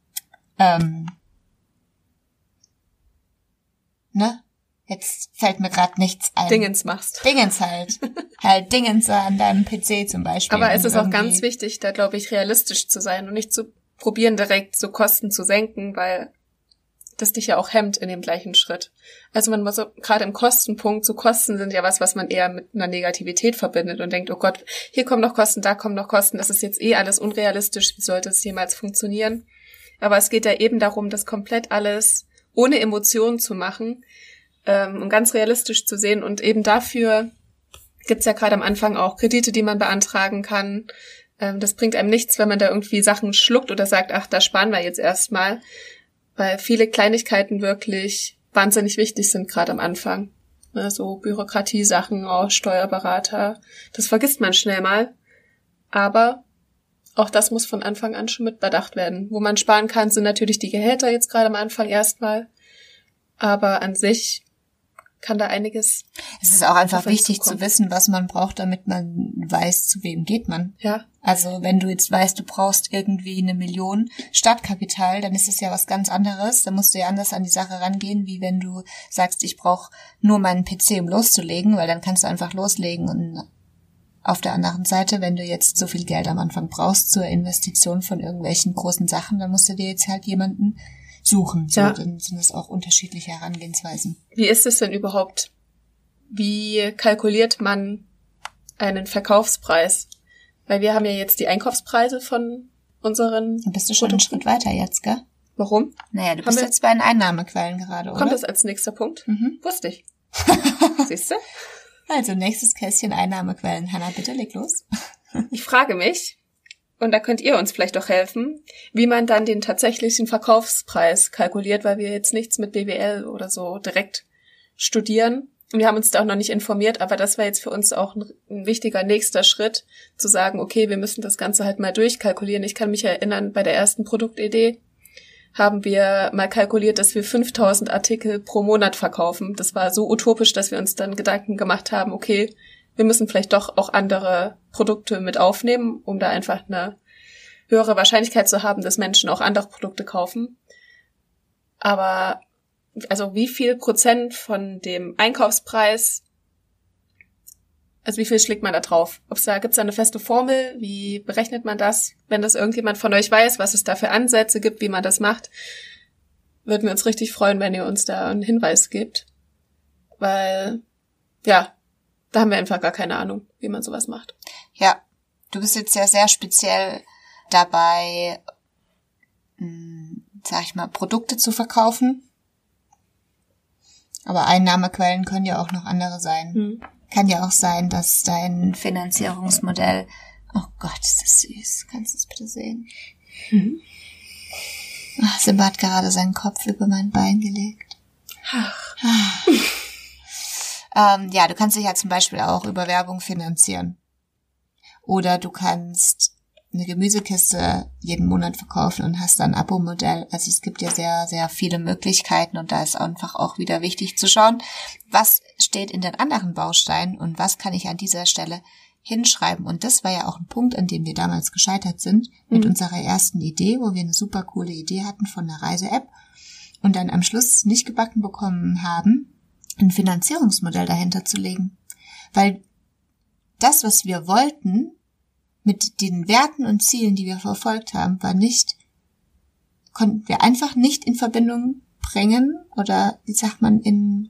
Jetzt fällt mir gerade nichts ein. Dingens machst. Dingens halt. Halt Dingens an deinem PC zum Beispiel. Aber es ist auch ganz wichtig, da glaube ich, realistisch zu sein und nicht zu probieren, direkt so Kosten zu senken, weil das dich ja auch hemmt in dem gleichen Schritt. Also man muss so, gerade im Kostenpunkt, so Kosten sind ja was man eher mit einer Negativität verbindet und denkt, oh Gott, hier kommen noch Kosten, da kommen noch Kosten, das ist jetzt alles unrealistisch, wie sollte es jemals funktionieren? Aber es geht ja eben darum, das komplett alles ohne Emotionen zu machen, um ganz realistisch zu sehen. Und eben dafür gibt's ja gerade am Anfang auch Kredite, die man beantragen kann. Das bringt einem nichts, wenn man da irgendwie Sachen schluckt oder sagt, ach, da sparen wir jetzt erstmal, weil viele Kleinigkeiten wirklich wahnsinnig wichtig sind, gerade am Anfang. So Bürokratiesachen, auch Steuerberater, das vergisst man schnell mal. Aber auch das muss von Anfang an schon mit bedacht werden. Wo man sparen kann, sind natürlich die Gehälter jetzt gerade am Anfang erstmal. Aber an sich kann da einiges. Es ist auch einfach wichtig zu wissen, was man braucht, damit man weiß, zu wem geht man. Ja. Also wenn du jetzt weißt, du brauchst irgendwie 1 Million Startkapital, dann ist es ja was ganz anderes. Dann musst du ja anders an die Sache rangehen, wie wenn du sagst, ich brauche nur meinen PC, um loszulegen, weil dann kannst du einfach loslegen. Und auf der anderen Seite, wenn du jetzt so viel Geld am Anfang brauchst zur Investition von irgendwelchen großen Sachen, dann musst du dir jetzt halt jemanden suchen. So, ja. Dann sind das auch unterschiedliche Herangehensweisen. Wie ist es denn überhaupt? Wie kalkuliert man einen Verkaufspreis? Weil wir haben ja jetzt die Einkaufspreise von unseren Dann bist du schon Produkten. Einen Schritt weiter jetzt, gell? Warum? Naja, du bist jetzt bei den Einnahmequellen gerade, oder? Kommt das als nächster Punkt? Wusste ich. Siehst du? Also nächstes Kästchen Einnahmequellen. Hanna, bitte leg los. Ich frage mich, und da könnt ihr uns vielleicht auch helfen, wie man dann den tatsächlichen Verkaufspreis kalkuliert, weil wir jetzt nichts mit BWL oder so direkt studieren. Und wir haben uns da auch noch nicht informiert, aber das war jetzt für uns auch ein wichtiger nächster Schritt, zu sagen, okay, wir müssen das Ganze halt mal durchkalkulieren. Ich kann mich erinnern, bei der ersten Produktidee haben wir mal kalkuliert, dass wir 5000 Artikel pro Monat verkaufen. Das war so utopisch, dass wir uns dann Gedanken gemacht haben, okay, wir müssen vielleicht doch auch andere Produkte mit aufnehmen, um da einfach eine höhere Wahrscheinlichkeit zu haben, dass Menschen auch andere Produkte kaufen. Aber also wie viel Prozent von dem Einkaufspreis, also wie viel schlägt man da drauf? Gibt's da eine feste Formel? Wie berechnet man das? Wenn das irgendjemand von euch weiß, was es da für Ansätze gibt, wie man das macht, würden wir uns richtig freuen, wenn ihr uns da einen Hinweis gebt. Weil, ja, da haben wir einfach gar keine Ahnung, wie man sowas macht. Ja, du bist jetzt ja sehr speziell dabei, sag ich mal, Produkte zu verkaufen. Aber Einnahmequellen können ja auch noch andere sein. Kann ja auch sein, dass dein Finanzierungsmodell, oh Gott, ist das süß. Kannst du es bitte sehen? Ach, Simba hat gerade seinen Kopf über mein Bein gelegt. Ja, du kannst dich ja zum Beispiel auch über Werbung finanzieren. Oder du kannst eine Gemüsekiste jeden Monat verkaufen und hast dann ein Abo-Modell. Also es gibt ja sehr, sehr viele Möglichkeiten und da ist einfach auch wieder wichtig zu schauen, was steht in den anderen Bausteinen und was kann ich an dieser Stelle hinschreiben. Und das war ja auch ein Punkt, an dem wir damals gescheitert sind mit unserer ersten Idee, wo wir eine super coole Idee hatten von einer Reise-App und dann am Schluss nicht gebacken bekommen haben, ein Finanzierungsmodell dahinter zu legen. Weil das, was wir wollten, mit den Werten und Zielen, die wir verfolgt haben, konnten wir einfach nicht in Verbindung bringen oder, wie sagt man, in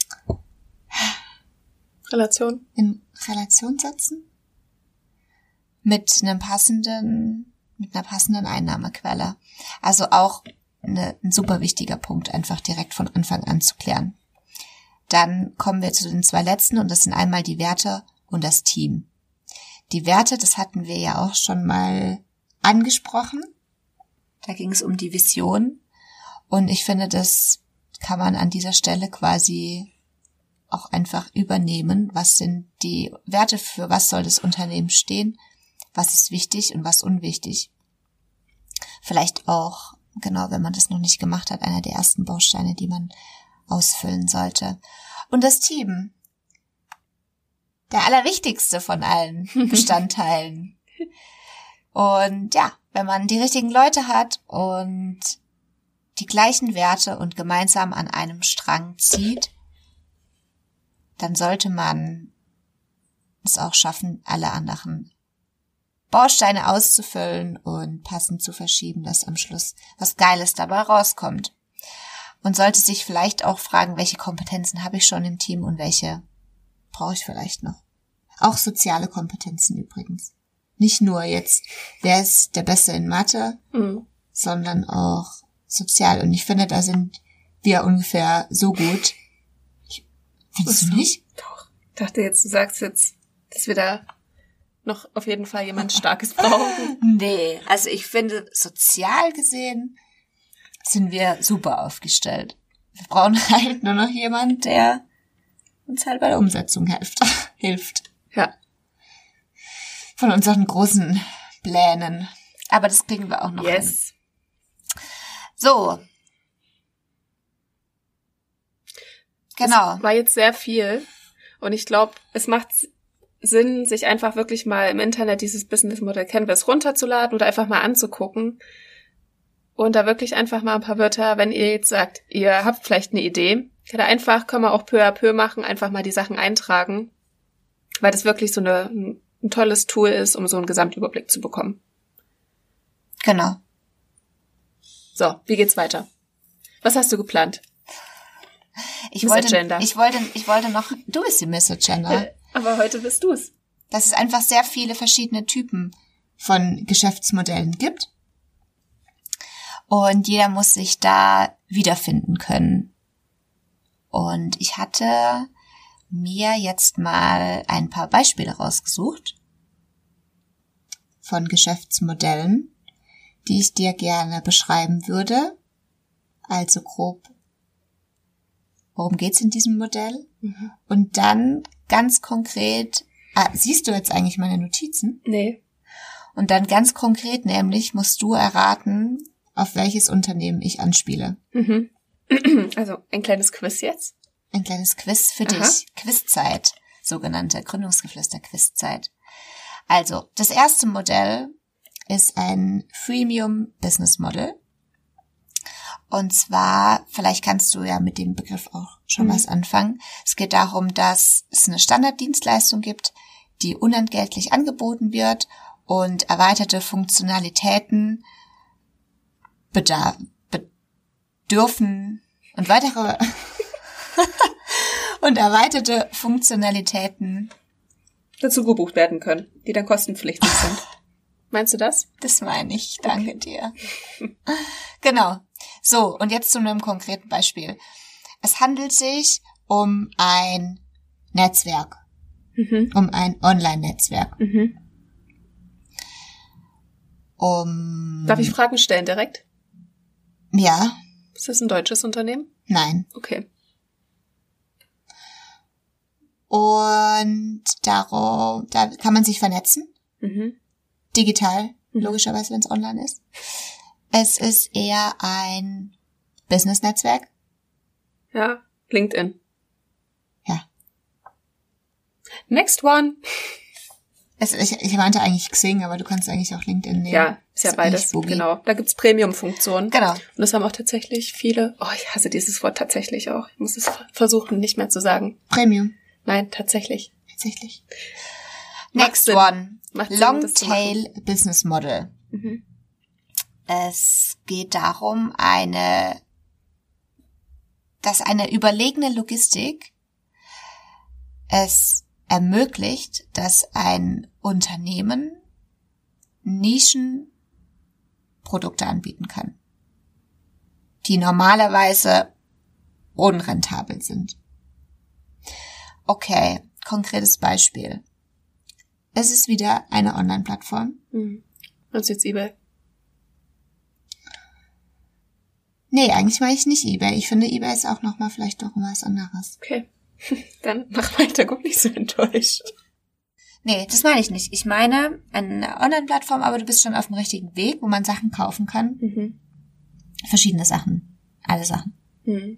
Relation setzen mit einer passenden Einnahmequelle. Also auch ein super wichtiger Punkt, einfach direkt von Anfang an zu klären. Dann kommen wir zu den 2 letzten und das sind einmal die Werte und das Team. Die Werte, das hatten wir ja auch schon mal angesprochen. Da ging es um die Vision. Und ich finde, das kann man an dieser Stelle quasi auch einfach übernehmen. Was sind die Werte, für was soll das Unternehmen stehen? Was ist wichtig und was unwichtig? Vielleicht auch, genau, wenn man das noch nicht gemacht hat, einer der ersten Bausteine, die man ausfüllen sollte. Und das Team. Der allerwichtigste von allen Bestandteilen. Und ja, wenn man die richtigen Leute hat und die gleichen Werte und gemeinsam an einem Strang zieht, dann sollte man es auch schaffen, alle anderen Bausteine auszufüllen und passend zu verschieben, dass am Schluss was Geiles dabei rauskommt. Und sollte sich vielleicht auch fragen, welche Kompetenzen habe ich schon im Team und welche brauche ich vielleicht noch. Auch soziale Kompetenzen übrigens. Nicht nur jetzt, wer ist der Beste in Mathe, sondern auch sozial. Und ich finde, da sind wir ungefähr so gut. Findest du nicht? Doch. Ich dachte jetzt, du sagst jetzt, dass wir da noch auf jeden Fall jemand Starkes brauchen. Nee, also ich finde, sozial gesehen sind wir super aufgestellt. Wir brauchen halt nur noch jemanden, der uns halt bei der Umsetzung hilft. Ja. Von unseren großen Plänen. Aber das kriegen wir auch noch hin. So. Genau. Das war jetzt sehr viel. Und ich glaube, es macht Sinn, sich einfach wirklich mal im Internet dieses Business Model Canvas runterzuladen oder einfach mal anzugucken. Und da wirklich einfach mal ein paar Wörter, wenn ihr jetzt sagt, ihr habt vielleicht eine Idee, oder einfach, können wir auch peu à peu machen, einfach mal die Sachen eintragen. Weil das wirklich so ein tolles Tool ist, um so einen Gesamtüberblick zu bekommen. Genau. So, wie geht's weiter? Was hast du geplant? Ich wollte noch, du bist die Miss Agenda. Aber heute bist du's. Dass es einfach sehr viele verschiedene Typen von Geschäftsmodellen gibt. Und jeder muss sich da wiederfinden können. Und ich hatte mir jetzt mal ein paar Beispiele rausgesucht von Geschäftsmodellen, die ich dir gerne beschreiben würde. Also grob, worum geht's in diesem Modell? Mhm. Und dann ganz konkret, siehst du jetzt eigentlich meine Notizen? Nee. Und dann ganz konkret nämlich musst du erraten, auf welches Unternehmen ich anspiele. Mhm. Also ein kleines Quiz jetzt? Ein kleines Quiz für dich. Quizzeit, sogenannte Gründungsgeflüster-Quizzeit. Also, das erste Modell ist ein Freemium Business Model. Und zwar, vielleicht kannst du ja mit dem Begriff auch schon was anfangen. Es geht darum, dass es eine Standarddienstleistung gibt, die unentgeltlich angeboten wird und erweiterte Funktionalitäten bedürfen und weitere und erweiterte Funktionalitäten dazu gebucht werden können, die dann kostenpflichtig sind. Meinst du das? Das meine ich, danke dir. Genau. So, und jetzt zu einem konkreten Beispiel. Es handelt sich um ein Netzwerk, um ein Online-Netzwerk. Darf ich Fragen stellen direkt? Ja. Ist das ein deutsches Unternehmen? Nein. Okay. Und da kann man sich vernetzen. Digital, logischerweise, wenn es online ist. Es ist eher ein Business-Netzwerk. Ja, LinkedIn. Ja. Next one. Ich meinte eigentlich Xing, aber du kannst eigentlich auch LinkedIn nehmen. Ja, ist ja beides. Genau. Da gibt's Premium-Funktionen. Genau. Und das haben auch tatsächlich viele. Oh, ich hasse dieses Wort tatsächlich auch. Ich muss es versuchen, nicht mehr zu sagen. Premium. Nein, tatsächlich. Tatsächlich. Next one. Long-Tail Business Model. Es geht darum, dass eine überlegene Logistik es ermöglicht, dass ein Unternehmen Nischenprodukte anbieten kann, die normalerweise unrentabel sind. Okay, konkretes Beispiel. Es ist wieder eine Online-Plattform. Und jetzt eBay. Nee, eigentlich meine ich nicht eBay. Ich finde, eBay ist auch vielleicht noch was anderes. Okay. Dann mach weiter, guck nicht so enttäuscht. Nee, das meine ich nicht. Ich meine eine Online-Plattform, aber du bist schon auf dem richtigen Weg, wo man Sachen kaufen kann. Mhm. Verschiedene Sachen. Alle Sachen. Mhm.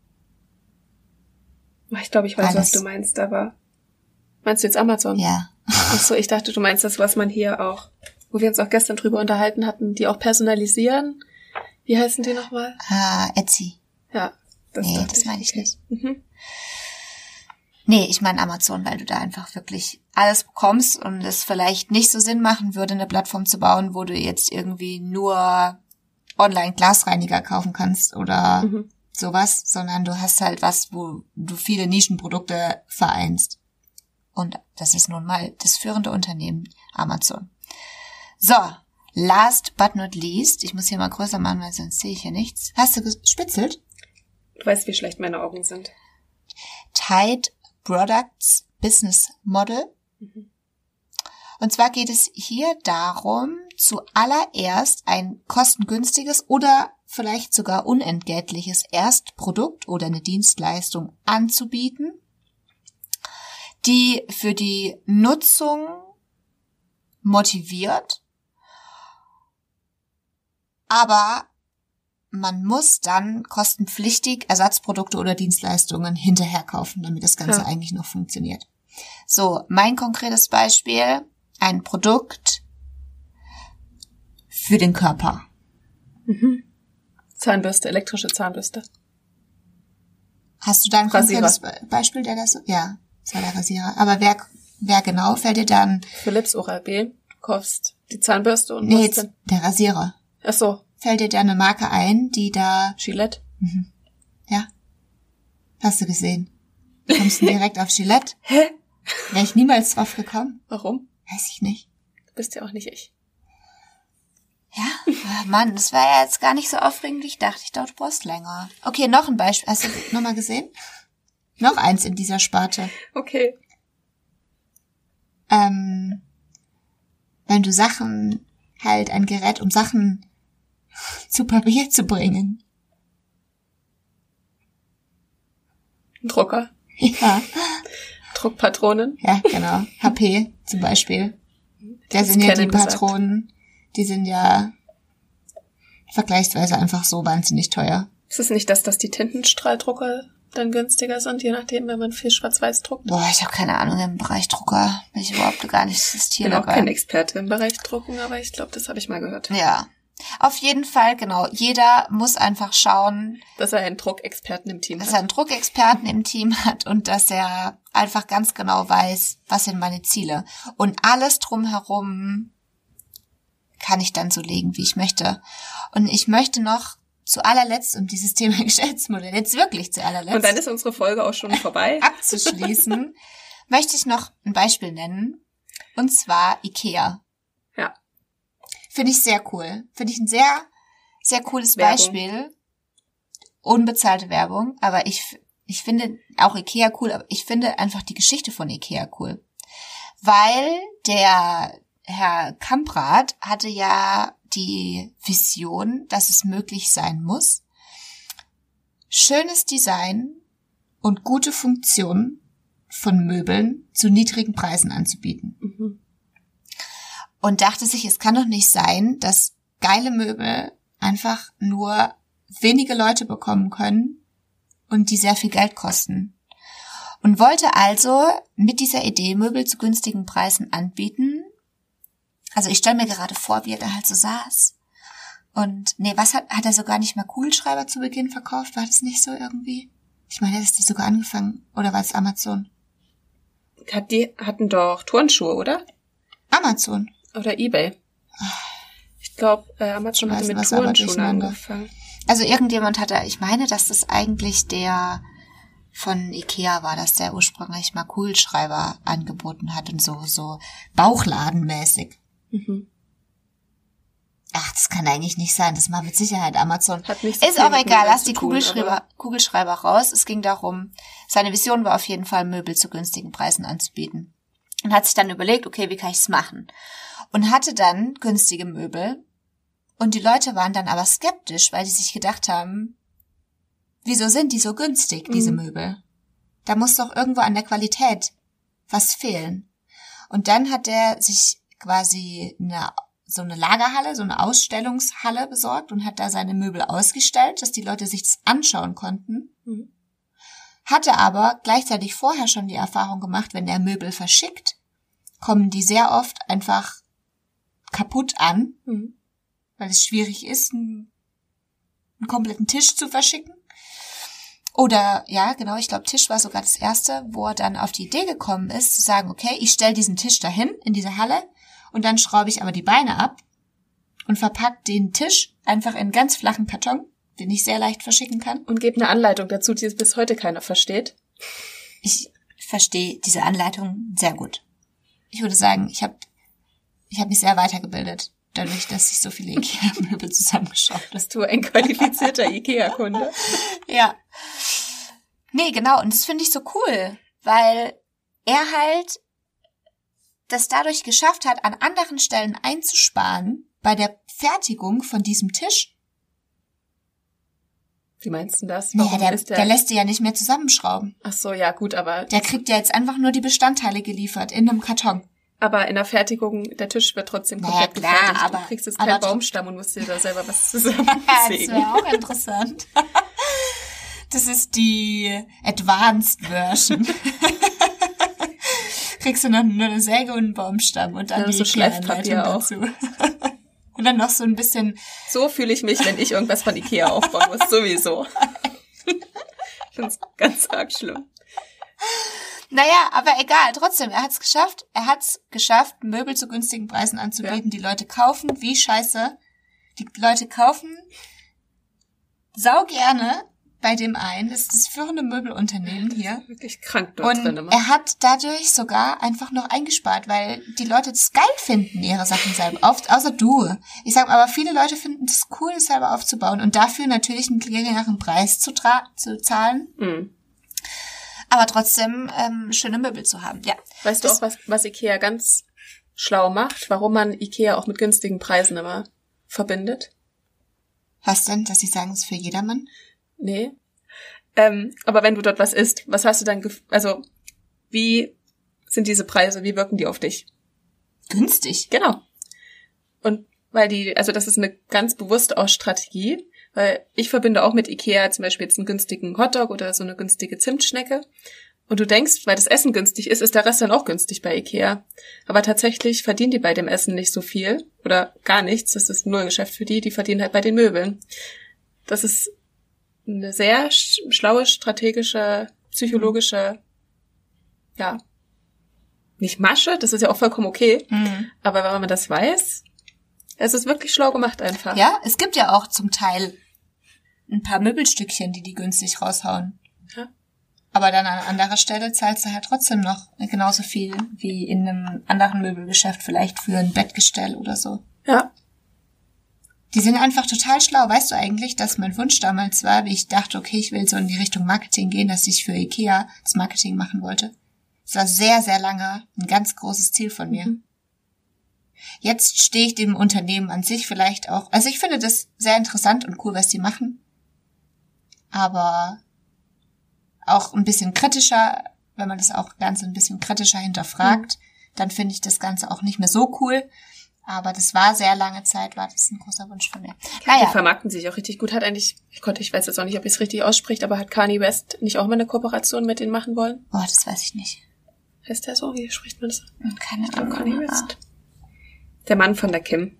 Ich glaube, ich weiß, Alles. was du meinst, aber meinst du jetzt Amazon? Ja. Ach so, ich dachte, du meinst das, was man hier auch, wo wir uns auch gestern drüber unterhalten hatten, die auch personalisieren. Wie heißen die nochmal? Etsy. Ja. Nee, das meine ich nicht. Mhm. Nee, ich meine Amazon, weil du da einfach wirklich alles bekommst und es vielleicht nicht so Sinn machen würde, eine Plattform zu bauen, wo du jetzt irgendwie nur online Glasreiniger kaufen kannst oder sowas, sondern du hast halt was, wo du viele Nischenprodukte vereinst. Und das ist nun mal das führende Unternehmen, Amazon. So, last but not least, ich muss hier mal größer machen, weil sonst sehe ich hier nichts. Hast du gespitzelt? Du weißt, wie schlecht meine Augen sind. Tide Products Business Model. Und zwar geht es hier darum, zuallererst ein kostengünstiges oder vielleicht sogar unentgeltliches Erstprodukt oder eine Dienstleistung anzubieten, die für die Nutzung motiviert, aber man muss dann kostenpflichtig Ersatzprodukte oder Dienstleistungen hinterher kaufen, damit das Ganze eigentlich noch funktioniert. So, mein konkretes Beispiel, ein Produkt für den Körper. Zahnbürste, elektrische Zahnbürste. Hast du da ein konkretes Beispiel, der das... Ja, das war der Rasierer. Aber wer genau fällt dir dann... Philips Oral-B, du kaufst die Zahnbürste und... Nee, der Rasierer. Ach so. Fällt dir da eine Marke ein, die da... Gillette? Ja. Hast du gesehen. Du kommst direkt auf Gillette. Hä? Wäre ich niemals drauf gekommen. Warum? Weiß ich nicht. Du bist ja auch nicht ich. Ja? Mann, das war ja jetzt gar nicht so aufregend, wie ich dachte. Ich dachte, du brauchst länger. Okay, noch ein Beispiel. Hast du nochmal gesehen? Noch eins in dieser Sparte. Okay. Wenn du Sachen, halt ein Gerät, um Sachen zu Papier zu bringen. Ein Drucker. Ja. Druckpatronen. Ja, genau. HP zum Beispiel. Da sind ja die Patronen, die sind ja vergleichsweise einfach so wahnsinnig teuer. Ist es nicht, dass die Tintenstrahldrucker dann günstiger sind, je nachdem, wenn man viel Schwarz-Weiß druckt? Boah, ich habe keine Ahnung im Bereich Drucker. Bin ich überhaupt gar nicht existiert. Ich bin auch kein Experte im Bereich Drucken, aber ich glaube, das habe ich mal gehört. Ja. Auf jeden Fall, genau. Jeder muss einfach schauen, dass er einen Druckexperten im Team hat. Dass er einen Druckexperten im Team hat und dass er einfach ganz genau weiß, was sind meine Ziele. Und alles drumherum kann ich dann so legen, wie ich möchte. Und ich möchte noch zu allerletzt, um dieses Thema Geschäftsmodell jetzt wirklich zu allerletzt. Und dann ist unsere Folge auch schon vorbei. Abzuschließen, möchte ich noch ein Beispiel nennen. Und zwar IKEA. Ja. Finde ich sehr cool. Finde ich ein sehr, sehr cooles Beispiel. Unbezahlte Werbung. Aber ich finde auch IKEA cool, aber ich finde einfach die Geschichte von IKEA cool. Weil der Herr Kamprad hatte ja die Vision, dass es möglich sein muss, schönes Design und gute Funktion von Möbeln zu niedrigen Preisen anzubieten. Mhm. Und dachte sich, es kann doch nicht sein, dass geile Möbel einfach nur wenige Leute bekommen können und die sehr viel Geld kosten. Und wollte also mit dieser Idee Möbel zu günstigen Preisen anbieten. Also ich stelle mir gerade vor, wie er da halt so saß. Und was hat er sogar nicht mal Kugelschreiber zu Beginn verkauft? War das nicht so irgendwie? Ich meine, hat das sogar angefangen. Oder war es Amazon? Die hatten doch Turnschuhe, oder? Amazon. Oder eBay. Ich glaube, Amazon hatte mit Turnschuhen angefangen. Also irgendjemand hatte, ich meine, dass das eigentlich der von Ikea war, dass der ursprünglich mal Kugelschreiber angeboten hat und so bauchladenmäßig. Mhm. Ach, das kann eigentlich nicht sein. Das macht mit Sicherheit Amazon. Hat nichts zu Ist auch tun, egal, lass die tun, Kugelschreiber raus. Es ging darum, seine Vision war auf jeden Fall, Möbel zu günstigen Preisen anzubieten. Und hat sich dann überlegt, okay, wie kann ich es machen? Und hatte dann günstige Möbel Und die Leute waren dann aber skeptisch, weil die sich gedacht haben, wieso sind die so günstig, diese Möbel? Da muss doch irgendwo an der Qualität was fehlen. Und dann hat er sich quasi so eine Lagerhalle, so eine Ausstellungshalle besorgt und hat da seine Möbel ausgestellt, dass die Leute sich das anschauen konnten. Hatte aber gleichzeitig vorher schon die Erfahrung gemacht, wenn er Möbel verschickt, kommen die sehr oft einfach kaputt an, weil es schwierig ist, einen kompletten Tisch zu verschicken. Oder, ja, genau, ich glaube, Tisch war sogar das erste, wo er dann auf die Idee gekommen ist, zu sagen, okay, ich stelle diesen Tisch dahin, in diese Halle, und dann schraube ich aber die Beine ab und verpacke den Tisch einfach in einen ganz flachen Karton, den ich sehr leicht verschicken kann. Und gebe eine Anleitung dazu, die es bis heute keiner versteht. Ich verstehe diese Anleitung sehr gut. Ich würde sagen, ich hab mich sehr weitergebildet, dadurch, dass ich so viele Ikea-Möbel zusammengeschraubt habe. Bist du ein qualifizierter Ikea-Kunde? Ja. Nee, genau. Und das finde ich so cool, weil er halt das dadurch geschafft hat, an anderen Stellen einzusparen bei der Fertigung von diesem Tisch. Wie meinst du das? Naja, der lässt die ja nicht mehr zusammenschrauben. Ach so, ja, gut, aber... Der kriegt ja jetzt einfach nur die Bestandteile geliefert in einem Karton. Aber in der Fertigung, der Tisch wird trotzdem komplett gefertigt. Du kriegst jetzt keinen Baumstamm und musst dir da selber was zusammensägen. Das wäre auch interessant. Das ist die Advanced Version. Kriegst du noch nur eine Säge und einen Baumstamm und dann ja, die so Schleifpapier dazu. Und dann noch so ein bisschen... So fühle ich mich, wenn ich irgendwas von Ikea aufbauen muss, sowieso. Ich finde es ganz arg schlimm. Naja, aber egal, trotzdem, er hat's geschafft. Er hat's geschafft, Möbel zu günstigen Preisen anzubieten. Ja. Die Leute kaufen, wie scheiße. Die Leute kaufen sau gerne bei dem einen. Das ist das führende Möbelunternehmen hier. Wirklich krank dort drin immer. Er hat dadurch sogar einfach noch eingespart, weil die Leute das geil finden, ihre Sachen selber außer du. Ich sag aber, viele Leute finden es cool, das selber aufzubauen und dafür natürlich einen geringeren Preis zu zahlen. Aber trotzdem schöne Möbel zu haben, ja. Weißt du auch, was Ikea ganz schlau macht? Warum man Ikea auch mit günstigen Preisen immer verbindet? Was denn? Dass sie sagen, es ist für jedermann? Nee. Aber wenn du dort was isst, was hast du dann, also wie sind diese Preise, wie wirken die auf dich? Günstig. Genau. Und weil das ist eine ganz bewusste auch Strategie, weil ich verbinde auch mit Ikea zum Beispiel jetzt einen günstigen Hotdog oder so eine günstige Zimtschnecke. Und du denkst, weil das Essen günstig ist der Rest dann auch günstig bei Ikea. Aber tatsächlich verdienen die bei dem Essen nicht so viel oder gar nichts. Das ist ein Nullgeschäft für die. Die verdienen halt bei den Möbeln. Das ist eine sehr schlaue, strategische, psychologische, ja, nicht Masche, das ist ja auch vollkommen okay. Aber wenn man das weiß, es ist wirklich schlau gemacht einfach. Ja, es gibt ja auch zum Teil ein paar Möbelstückchen, die günstig raushauen. Ja. Aber dann an anderer Stelle zahlst du halt trotzdem noch genauso viel wie in einem anderen Möbelgeschäft, vielleicht für ein Bettgestell oder so. Ja. Die sind einfach total schlau. Weißt du eigentlich, dass mein Wunsch damals war, wie ich dachte, okay, ich will so in die Richtung Marketing gehen, dass ich für Ikea das Marketing machen wollte. Das war sehr, sehr lange ein ganz großes Ziel von mir. Jetzt stehe ich dem Unternehmen an sich vielleicht auch, also ich finde das sehr interessant und cool, was die machen. Aber auch ein bisschen kritischer, wenn man das auch Ganze ein bisschen kritischer hinterfragt, dann finde ich das Ganze auch nicht mehr so cool. Aber das war sehr lange Zeit, war das ein großer Wunsch von mir. Naja. Die vermarkten sich auch richtig gut. Hat eigentlich, ich weiß jetzt auch nicht, ob ich es richtig ausspricht, aber hat Kanye West nicht auch mal eine Kooperation mit denen machen wollen? Oh, das weiß ich nicht. Heißt der so? Wie spricht man das? Keine Ahnung. Kanye West. Der Mann von der Kim.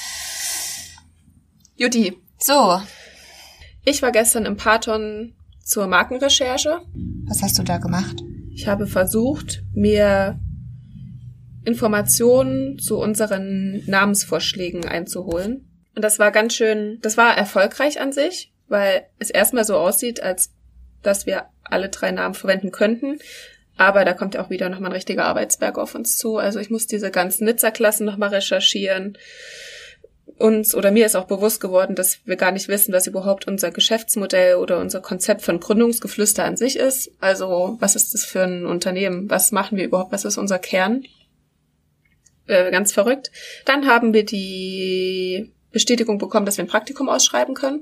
Juti. So. Ich war gestern im Pathon zur Markenrecherche. Was hast du da gemacht? Ich habe versucht, mir Informationen zu unseren Namensvorschlägen einzuholen. Und das war das war erfolgreich an sich, weil es erstmal so aussieht, als dass wir alle 3 Namen verwenden könnten. Aber da kommt ja auch wieder nochmal ein richtiger Arbeitsberg auf uns zu. Also ich muss diese ganzen Nizza-Klassen nochmal recherchieren. Mir ist auch bewusst geworden, dass wir gar nicht wissen, was überhaupt unser Geschäftsmodell oder unser Konzept von Gründungsgeflüster an sich ist. Also was ist das für ein Unternehmen? Was machen wir überhaupt? Was ist unser Kern? Ganz verrückt. Dann haben wir die Bestätigung bekommen, dass wir ein Praktikum ausschreiben können.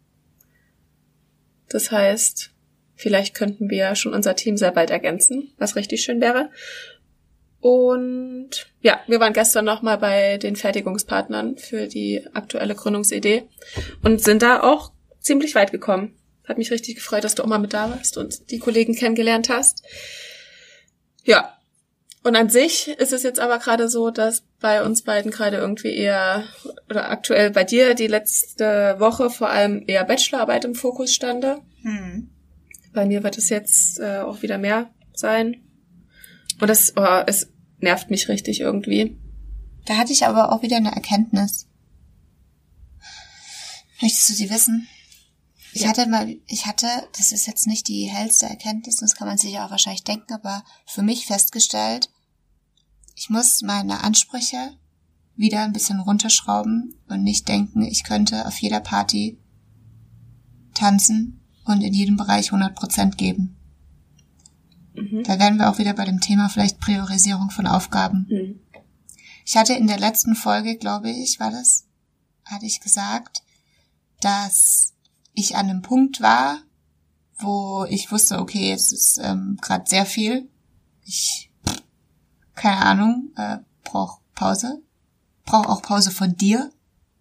Das heißt, vielleicht könnten wir schon unser Team sehr bald ergänzen, was richtig schön wäre. Und ja, wir waren gestern nochmal bei den Fertigungspartnern für die aktuelle Gründungsidee und sind da auch ziemlich weit gekommen. Hat mich richtig gefreut, dass du auch mal mit da warst und die Kollegen kennengelernt hast. Ja, und an sich ist es jetzt aber gerade so, dass bei uns beiden gerade irgendwie eher, oder aktuell bei dir die letzte Woche vor allem eher Bachelorarbeit im Fokus stande. Bei mir wird es jetzt auch wieder mehr sein. Und es nervt mich richtig irgendwie. Da hatte ich aber auch wieder eine Erkenntnis. Möchtest du sie wissen? Ich hatte, das ist jetzt nicht die hellste Erkenntnis, das kann man sich auch wahrscheinlich denken, aber für mich festgestellt, ich muss meine Ansprüche wieder ein bisschen runterschrauben und nicht denken, ich könnte auf jeder Party tanzen und in jedem Bereich 100% geben. Da wären wir auch wieder bei dem Thema vielleicht Priorisierung von Aufgaben. Ich hatte in der letzten Folge, glaube ich, hatte ich gesagt, dass ich an einem Punkt war, wo ich wusste, okay, es ist gerade sehr viel. Ich, keine Ahnung, brauche Pause. Brauche auch Pause von dir.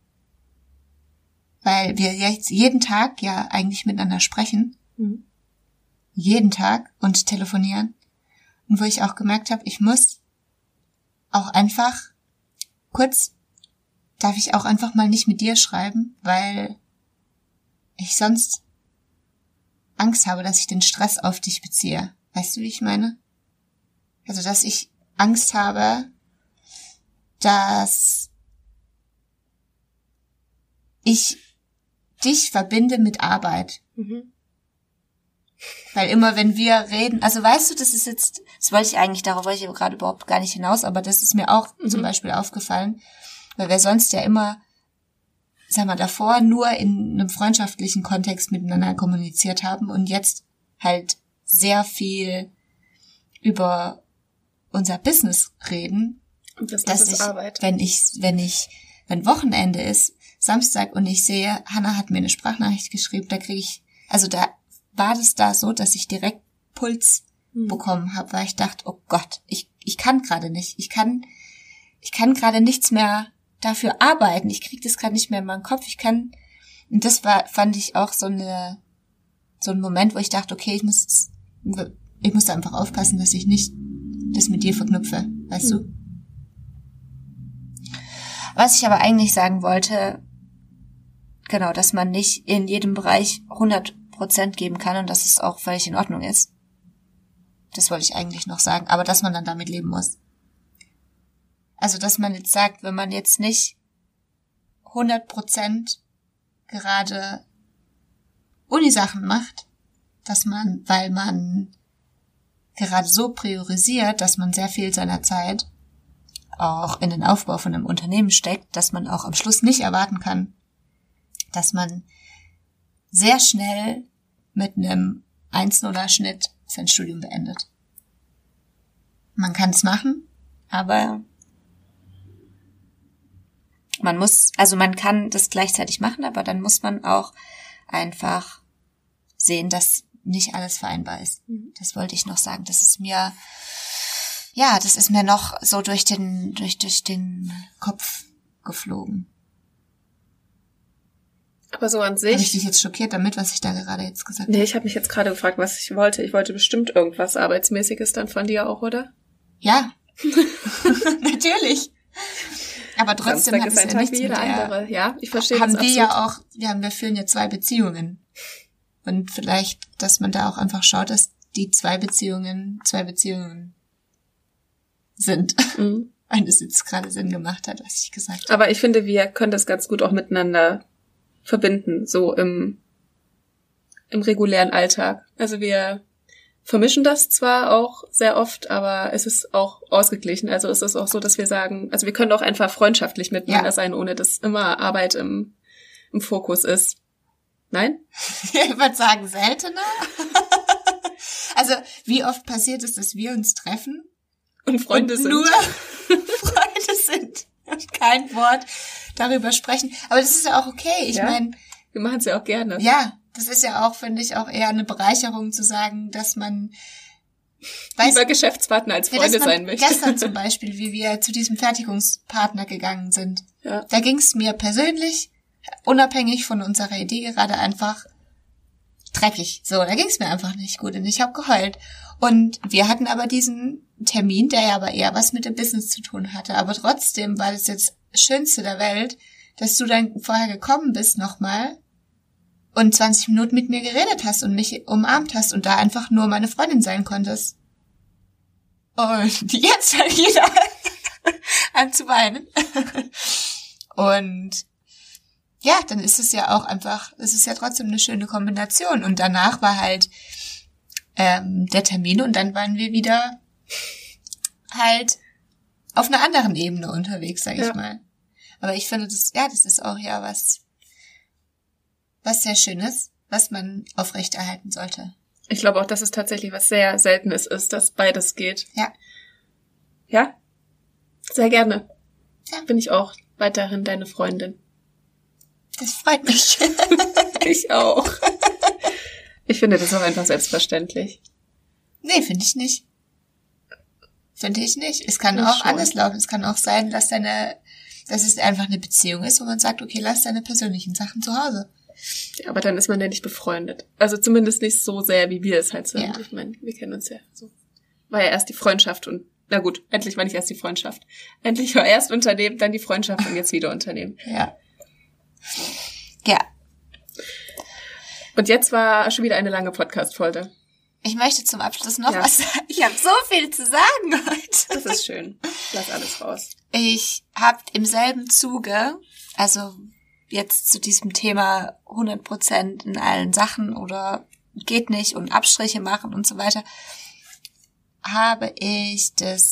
Weil wir jetzt jeden Tag ja eigentlich miteinander sprechen. Jeden Tag und telefonieren. Und wo ich auch gemerkt habe, ich muss auch einfach darf ich auch einfach mal nicht mit dir schreiben, weil ich sonst Angst habe, dass ich den Stress auf dich beziehe. Weißt du, wie ich meine? Also, dass ich Angst habe, dass ich dich verbinde mit Arbeit. Weil immer, wenn wir reden, also weißt du, darauf wollte ich aber gerade überhaupt gar nicht hinaus, aber das ist mir auch zum Beispiel aufgefallen, weil wir sonst ja immer, sag mal, davor nur in einem freundschaftlichen Kontext miteinander kommuniziert haben und jetzt halt sehr viel über unser Business reden. Und das ist Arbeit. Wenn Wochenende ist, Samstag, und ich sehe, Hannah hat mir eine Sprachnachricht geschrieben, da war das da so, dass ich direkt Puls bekommen habe, weil ich dachte, oh Gott, ich kann gerade nicht. Ich kann gerade nichts mehr dafür arbeiten. Ich kriege das gerade nicht mehr in meinen Kopf. Und das fand ich auch so ein Moment, wo ich dachte, okay, ich muss da einfach aufpassen, dass ich nicht das mit dir verknüpfe, weißt du? Was ich aber eigentlich sagen wollte, genau, dass man nicht in jedem Bereich 100% geben kann und dass es auch völlig in Ordnung ist. Das wollte ich eigentlich noch sagen, aber dass man dann damit leben muss. Also, dass man jetzt sagt, wenn man jetzt nicht 100% gerade Unisachen macht, weil man gerade so priorisiert, dass man sehr viel seiner Zeit auch in den Aufbau von einem Unternehmen steckt, dass man auch am Schluss nicht erwarten kann, dass man sehr schnell mit einem 1-0-Schnitt sein Studium beendet. Man kann es machen, aber man kann das gleichzeitig machen, aber dann muss man auch einfach sehen, dass nicht alles vereinbar ist. Das wollte ich noch sagen. Das ist mir noch so durch den Kopf geflogen. Aber so an sich... Habe ich dich jetzt schockiert damit, was ich da gerade jetzt gesagt habe? Nee, ich habe mich jetzt gerade gefragt, was ich wollte. Ich wollte bestimmt irgendwas Arbeitsmäßiges dann von dir auch, oder? Ja, natürlich. Aber trotzdem hat es ja nichts wie jeder andere. Ja, ich verstehe das absolut. Wir führen ja 2 Beziehungen. Und vielleicht, dass man da auch einfach schaut, dass die 2 Beziehungen sind. Wenn es jetzt gerade Sinn gemacht hat, was ich gesagt habe. Aber ich finde, wir können das ganz gut auch miteinander verbinden, so im regulären Alltag. Also wir vermischen das zwar auch sehr oft, aber es ist auch ausgeglichen. Also es ist auch so, dass wir sagen, also wir können auch einfach freundschaftlich miteinander sein, ohne dass immer Arbeit im Fokus ist. Nein? Ich würde sagen, seltener. Also wie oft passiert es, dass wir uns treffen und Freunde sind. Nur Freunde sind. kein Wort darüber sprechen. Aber das ist ja auch okay. Ich meine, wir machen es ja auch gerne. Ja, das ist ja auch, finde ich, auch eher eine Bereicherung zu sagen, dass man lieber Geschäftspartner als Freunde sein möchte. Gestern zum Beispiel, wie wir zu diesem Fertigungspartner gegangen sind. Ja. Da ging es mir persönlich, unabhängig von unserer Idee, gerade einfach dreckig. So, da ging es mir einfach nicht gut und ich habe geheult. Und wir hatten aber diesen Termin, der ja aber eher was mit dem Business zu tun hatte. Aber trotzdem war das jetzt das Schönste der Welt, dass du dann vorher gekommen bist nochmal und 20 Minuten mit mir geredet hast und mich umarmt hast und da einfach nur meine Freundin sein konntest. Und jetzt fängt jeder an zu weinen. Und ja, dann ist es ja auch einfach, es ist ja trotzdem eine schöne Kombination. Und danach war halt der Termin und dann waren wir wieder halt auf einer anderen Ebene unterwegs, sag ich mal. Aber ich finde, das ist auch ja was sehr Schönes, was man aufrechterhalten sollte. Ich glaube auch, dass es tatsächlich was sehr Seltenes ist, dass beides geht. Ja. Ja? Sehr gerne. Ja. Bin ich auch weiterhin deine Freundin. Das freut mich. Ich auch. Ich finde das auch einfach selbstverständlich. Nee, finde ich nicht. Finde ich nicht. Es kann Ich auch schon. anders laufen. Es kann auch sein, dass es einfach eine Beziehung ist, wo man sagt, okay, lass deine persönlichen Sachen zu Hause. Ja, aber dann ist man ja nicht befreundet. Also zumindest nicht so sehr, wie wir es halt sind. Ja. Ich meine, wir kennen uns ja so. War ja erst die Freundschaft und, na gut, endlich war nicht erst die Freundschaft. Endlich war erst Unternehmen, dann die Freundschaft und jetzt wieder Unternehmen. Ja. Ja. Und jetzt war schon wieder eine lange Podcast-Folge. Ich möchte zum Abschluss noch Ja. was sagen. Ich habe so viel zu sagen heute. Das ist schön. Lass alles raus. Ich habe im selben Zuge, also jetzt zu diesem Thema 100% in allen Sachen oder geht nicht und Abstriche machen und so weiter, habe ich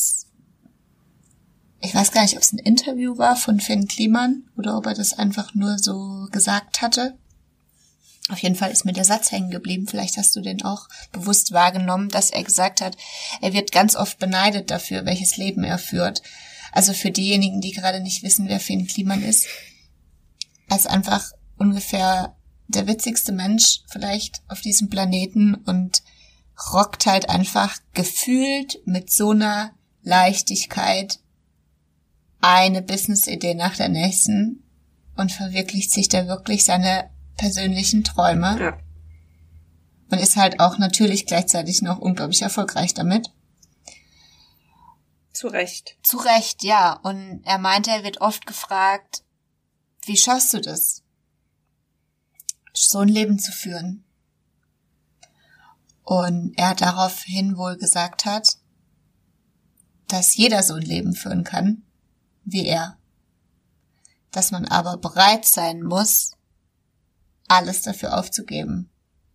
ich weiß gar nicht, ob es ein Interview war von Finn Kliman oder ob er das einfach nur so gesagt hatte. Auf jeden Fall ist mir der Satz hängen geblieben. Vielleicht hast du den auch bewusst wahrgenommen, dass er gesagt hat, er wird ganz oft beneidet dafür, welches Leben er führt. Also für diejenigen, die gerade nicht wissen, wer Finn Kliman ist. Er ist einfach ungefähr der witzigste Mensch vielleicht auf diesem Planeten und rockt halt einfach gefühlt mit so einer Leichtigkeit eine Business-Idee nach der nächsten und verwirklicht sich da wirklich seine persönlichen Träume. Ja. Und ist halt auch natürlich gleichzeitig noch unglaublich erfolgreich damit. Zu Recht. Zu Recht, ja. Und er meinte, er wird oft gefragt, wie schaffst du das, so ein Leben zu führen? Und er daraufhin wohl gesagt hat, dass jeder so ein Leben führen kann, wie er. Dass man aber bereit sein muss, alles dafür aufzugeben.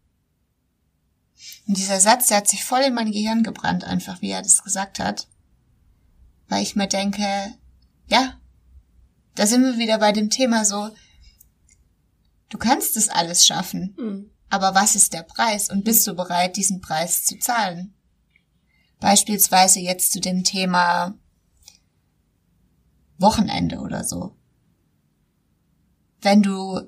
Und dieser Satz, der hat sich voll in mein Gehirn gebrannt, einfach wie er das gesagt hat. Weil ich mir denke, ja, da sind wir wieder bei dem Thema so, du kannst das alles schaffen, aber was ist der Preis und bist du bereit, diesen Preis zu zahlen? Beispielsweise jetzt zu dem Thema Wochenende oder so. Wenn du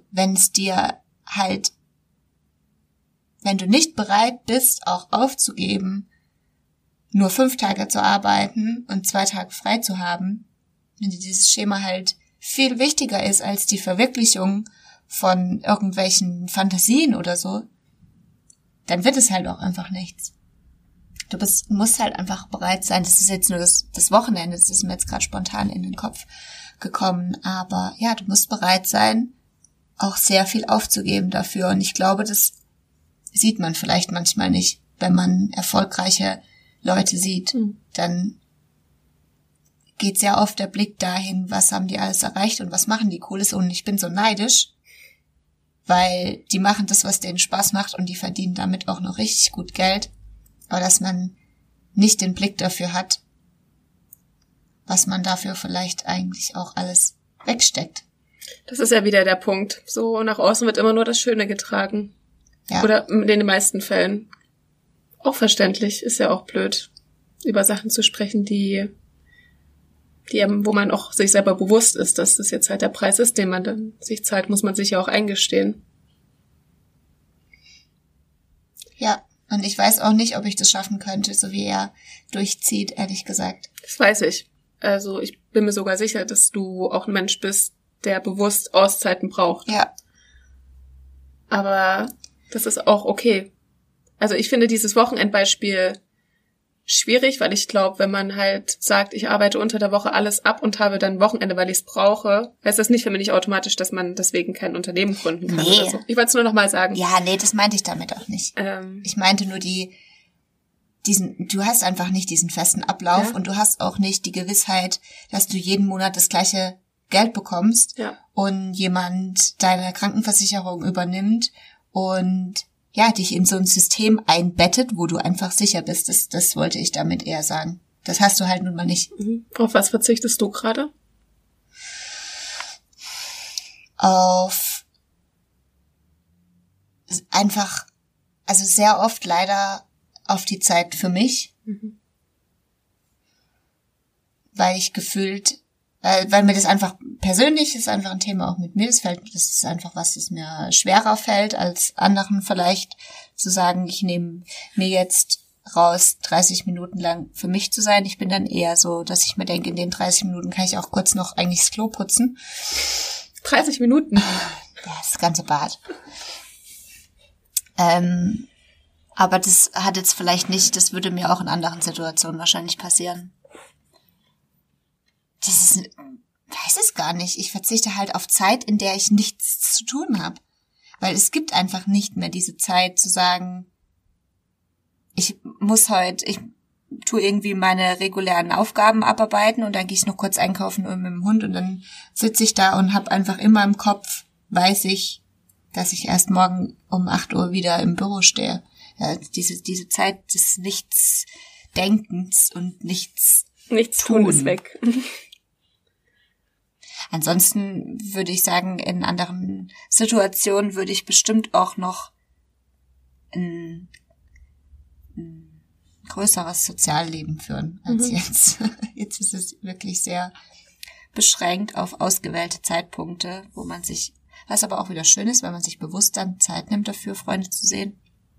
nicht bereit bist, auch aufzugeben, nur 5 Tage zu arbeiten und 2 Tage frei zu haben, wenn dir dieses Schema halt viel wichtiger ist als die Verwirklichung von irgendwelchen Fantasien oder so, dann wird es halt auch einfach nichts. Du musst halt einfach bereit sein, das ist jetzt nur das Wochenende, das ist mir jetzt gerade spontan in den Kopf gekommen, aber ja, du musst bereit sein, auch sehr viel aufzugeben dafür und ich glaube, das sieht man vielleicht manchmal nicht, wenn man erfolgreiche Leute sieht, dann geht sehr oft der Blick dahin, was haben die alles erreicht und was machen die Cooles und ich bin so neidisch, weil die machen das, was denen Spaß macht und die verdienen damit auch noch richtig gut Geld, aber dass man nicht den Blick dafür hat, was man dafür vielleicht eigentlich auch alles wegsteckt. Das ist ja wieder der Punkt. So nach außen wird immer nur das Schöne getragen. Ja. Oder in den meisten Fällen. Auch verständlich, ist ja auch blöd, über Sachen zu sprechen, die wo man auch sich selber bewusst ist, dass das jetzt halt der Preis ist, den man dann sich zahlt, muss man sich ja auch eingestehen. Ja, und ich weiß auch nicht, ob ich das schaffen könnte, so wie er durchzieht, ehrlich gesagt. Das weiß ich. Also ich bin mir sogar sicher, dass du auch ein Mensch bist, der bewusst Auszeiten braucht. Ja. Aber das ist auch okay. Also ich finde dieses Wochenendbeispiel schwierig, weil ich glaube, wenn man halt sagt, ich arbeite unter der Woche alles ab und habe dann Wochenende, weil ich es brauche, heißt das nicht für mich nicht automatisch, dass man deswegen kein Unternehmen gründen kann oder so. Ich wollte es nur noch mal sagen. Ja, nee, das meinte ich damit auch nicht. Ich meinte nur du hast einfach nicht diesen festen Ablauf und du hast auch nicht die Gewissheit, dass du jeden Monat das gleiche Geld bekommst und jemand deine Krankenversicherung übernimmt und dich in so ein System einbettet, wo du einfach sicher bist. Das wollte ich damit eher sagen. Das hast du halt nun mal nicht. Auf was verzichtest du gerade? Auf einfach, also sehr oft leider auf die Zeit für mich. Weil ich gefühlt, weil mir das einfach persönlich ist einfach ein Thema auch mit mir. Das ist einfach was, das mir schwerer fällt als anderen vielleicht zu sagen, ich nehme mir jetzt raus, 30 Minuten lang für mich zu sein. Ich bin dann eher so, dass ich mir denke, in den 30 Minuten kann ich auch kurz noch eigentlich das Klo putzen. 30 Minuten? Ja, das ganze Bad. Aber das hat jetzt vielleicht nicht, das würde mir auch in anderen Situationen wahrscheinlich passieren. Weiß es gar nicht. Ich verzichte halt auf Zeit, in der ich nichts zu tun habe. Weil es gibt einfach nicht mehr diese Zeit zu sagen, ich tue irgendwie meine regulären Aufgaben abarbeiten und dann gehe ich noch kurz einkaufen mit dem Hund und dann sitze ich da und habe einfach immer im Kopf, weiß ich, dass ich erst morgen um 8 Uhr wieder im Büro stehe. Ja, diese Zeit des Nichtsdenkens und Nichts tun ist weg. Ansonsten würde ich sagen, in anderen Situationen würde ich bestimmt auch noch ein größeres Sozialleben führen als jetzt. Jetzt ist es wirklich sehr beschränkt auf ausgewählte Zeitpunkte, wo man sich, was aber auch wieder schön ist, weil man sich bewusst dann Zeit nimmt dafür, Freunde zu sehen.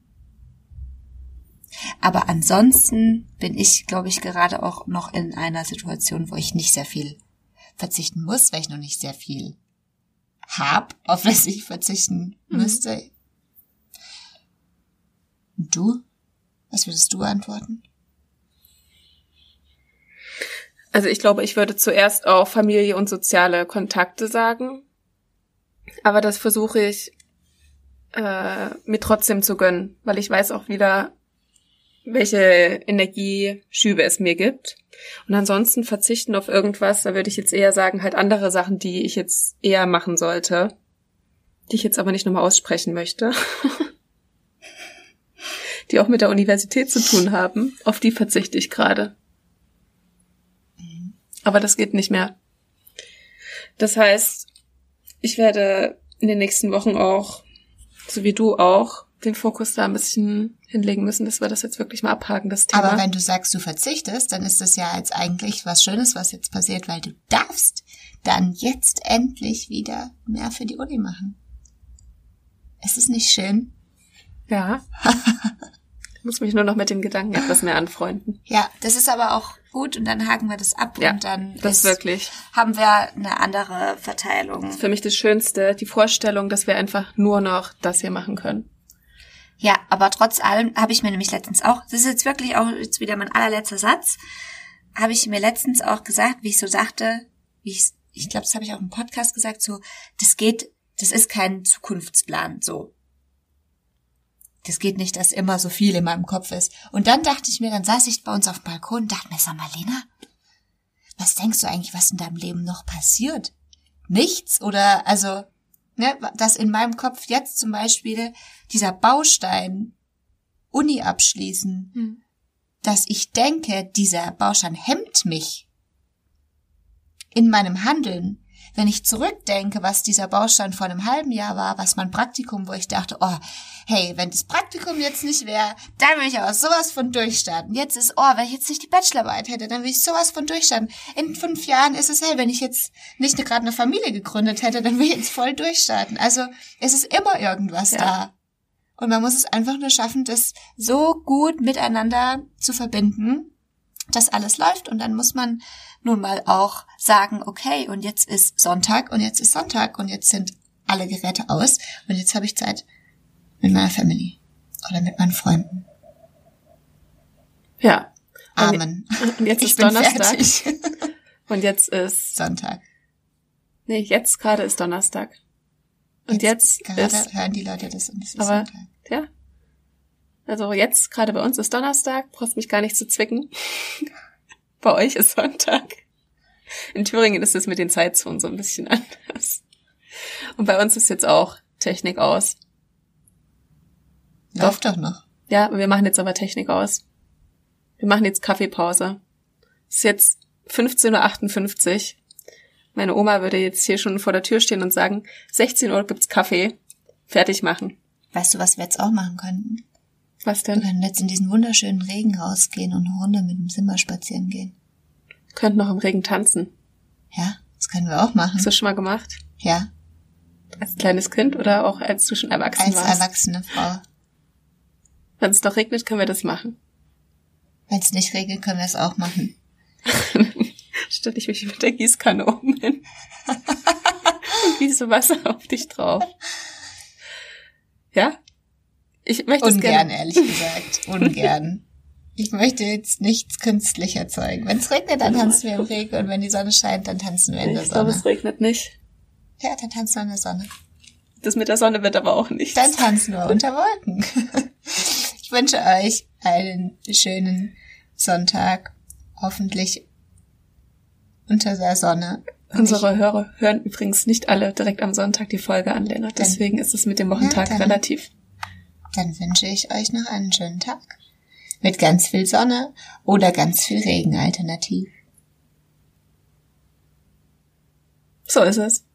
Aber ansonsten bin ich, glaube ich, gerade auch noch in einer Situation, wo ich nicht sehr viel verzichten muss, weil ich noch nicht sehr viel habe, auf das ich verzichten müsste. Und du? Was würdest du antworten? Also ich glaube, ich würde zuerst auch Familie und soziale Kontakte sagen. Aber das versuche ich mir trotzdem zu gönnen, weil ich weiß auch wieder, welche Energieschübe es mir gibt. Und ansonsten verzichten auf irgendwas, da würde ich jetzt eher sagen, halt andere Sachen, die ich jetzt eher machen sollte, die ich jetzt aber nicht nochmal aussprechen möchte, die auch mit der Universität zu tun haben, auf die verzichte ich gerade. Aber das geht nicht mehr. Das heißt, ich werde in den nächsten Wochen auch, so wie du auch, den Fokus da ein bisschen hinlegen müssen, dass wir das jetzt wirklich mal abhaken, das Thema. Aber wenn du sagst, du verzichtest, dann ist das ja jetzt eigentlich was Schönes, was jetzt passiert, weil du darfst dann jetzt endlich wieder mehr für die Uni machen. Ist es nicht schön? Ja. Ich muss mich nur noch mit den Gedanken etwas mehr anfreunden. Ja, das ist aber auch gut und dann haken wir das ab und dann haben wir eine andere Verteilung. Das ist für mich das Schönste, die Vorstellung, dass wir einfach nur noch das hier machen können. Ja, aber trotz allem habe ich mir nämlich letztens auch, das ist jetzt wirklich auch jetzt wieder mein allerletzter Satz, habe ich mir letztens auch gesagt, wie ich so sagte, ich glaube, das habe ich auch im Podcast gesagt, so, das ist kein Zukunftsplan, so. Das geht nicht, dass immer so viel in meinem Kopf ist. Und dann dachte ich mir, dann saß ich bei uns auf dem Balkon und dachte mir, sag mal, Lena, was denkst du eigentlich, was in deinem Leben noch passiert? Nichts? Oder, also, ne, dass in meinem Kopf jetzt zum Beispiel dieser Baustein Uni abschließen, dass ich denke, dieser Baustein hemmt mich in meinem Handeln, wenn ich zurückdenke, was dieser Baustein vor einem halben Jahr war, was mein Praktikum, wo ich dachte, oh, hey, wenn das Praktikum jetzt nicht wäre, dann will ich aber sowas von durchstarten. Jetzt ist, wenn ich jetzt nicht die Bachelorarbeit hätte, dann will ich sowas von durchstarten. In 5 Jahren ist es, hey, wenn ich jetzt nicht gerade eine Familie gegründet hätte, dann will ich jetzt voll durchstarten. Also es ist immer irgendwas da. Und man muss es einfach nur schaffen, das so gut miteinander zu verbinden, dass alles läuft. Und dann muss man nun mal auch sagen, okay, und jetzt ist Sonntag und jetzt ist Sonntag und jetzt sind alle Geräte aus und jetzt habe ich Zeit mit meiner Family oder mit meinen Freunden. Ja. Amen. Und jetzt ist Donnerstag. Und jetzt ist Sonntag. Nee, jetzt gerade ist Donnerstag. Und jetzt ist, hören die Leute das und es ist aber, Sonntag. Ja. Also jetzt gerade bei uns ist Donnerstag, brauchst mich gar nicht zu zwicken. Bei euch ist Sonntag. In Thüringen ist es mit den Zeitzonen so ein bisschen anders. Und bei uns ist jetzt auch Technik aus. Läuft doch noch. Ja, wir machen jetzt aber Technik aus. Wir machen jetzt Kaffeepause. Es ist jetzt 15:58 Uhr. Meine Oma würde jetzt hier schon vor der Tür stehen und sagen, 16 Uhr gibt's Kaffee. Fertig machen. Weißt du, was wir jetzt auch machen könnten? Was Wir denn? können jetzt in diesen wunderschönen Regen rausgehen und eine Runde mit dem Simba spazieren gehen. Könnten noch im Regen tanzen. Ja, das können wir auch machen. Hast du das schon mal gemacht? Ja, Als kleines Kind oder auch als du schon erwachsen als warst? erwachsene Frau. Wenn es doch regnet, können wir das machen. Wenn es nicht regnet, können wir es auch machen. Stell ich mich mit der Gießkanne um hin. Und gieße Wasser auf dich drauf. Ja? Ich möchte es Ungern, gerne. ehrlich gesagt. Ungern. Ich möchte jetzt nichts künstlich erzeugen. Wenn es regnet, dann tanzen wir im Regen. Und wenn die Sonne scheint, dann tanzen wir in der Ich glaube, Sonne. es regnet nicht. Ja, dann tanzen wir in der Sonne. Das mit der Sonne wird aber auch nichts. Dann tanzen wir unter Wolken. Ich wünsche euch einen schönen Sonntag. Hoffentlich unter der Sonne. Und Unsere Hörer hören übrigens nicht alle direkt am Sonntag die Folge an, Lennart. Deswegen ist es mit dem Wochentag relativ. Dann wünsche ich euch noch einen schönen Tag. Mit ganz viel Sonne oder ganz viel Regen alternativ. So ist es.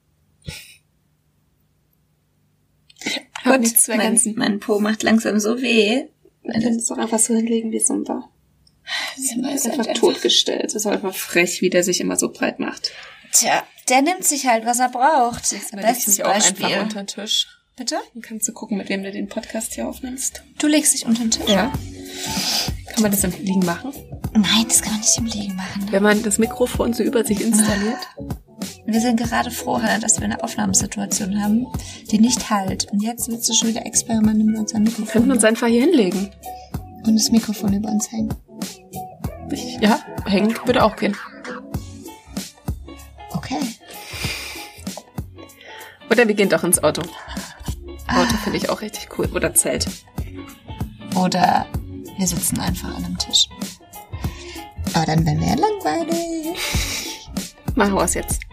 Gut, nichts zu ergänzen. mein Po macht langsam so weh. Wir können es doch einfach so hinlegen wie Simba. Simba ist einfach totgestellt. Das ist einfach frech, wie der sich immer so breit macht. Tja, der nimmt sich halt, was er braucht. Jetzt leg ich mich auch einfach unter den Tisch. Bitte? Dann kannst du gucken, mit wem du den Podcast hier aufnimmst. Du legst dich unter den Tisch? Ja. Kann man das im Liegen machen? Nein, das kann man nicht im Liegen machen. Wenn man das Mikrofon so über sich installiert? Wir sind gerade froh, Hannah, dass wir eine Aufnahmesituation haben, die nicht halt. Und jetzt willst du schon wieder experimentieren mit unserem Wir könnten Mikrofon. uns einfach hier hinlegen. Und das Mikrofon über uns hängen. Ja, hängen würde auch gehen. Okay. Oder wir gehen doch ins Auto. Auto finde ich auch richtig cool. Oder Zelt. Oder wir sitzen einfach an einem Tisch. Aber dann wären wir ja langweilig. Machen wir es jetzt.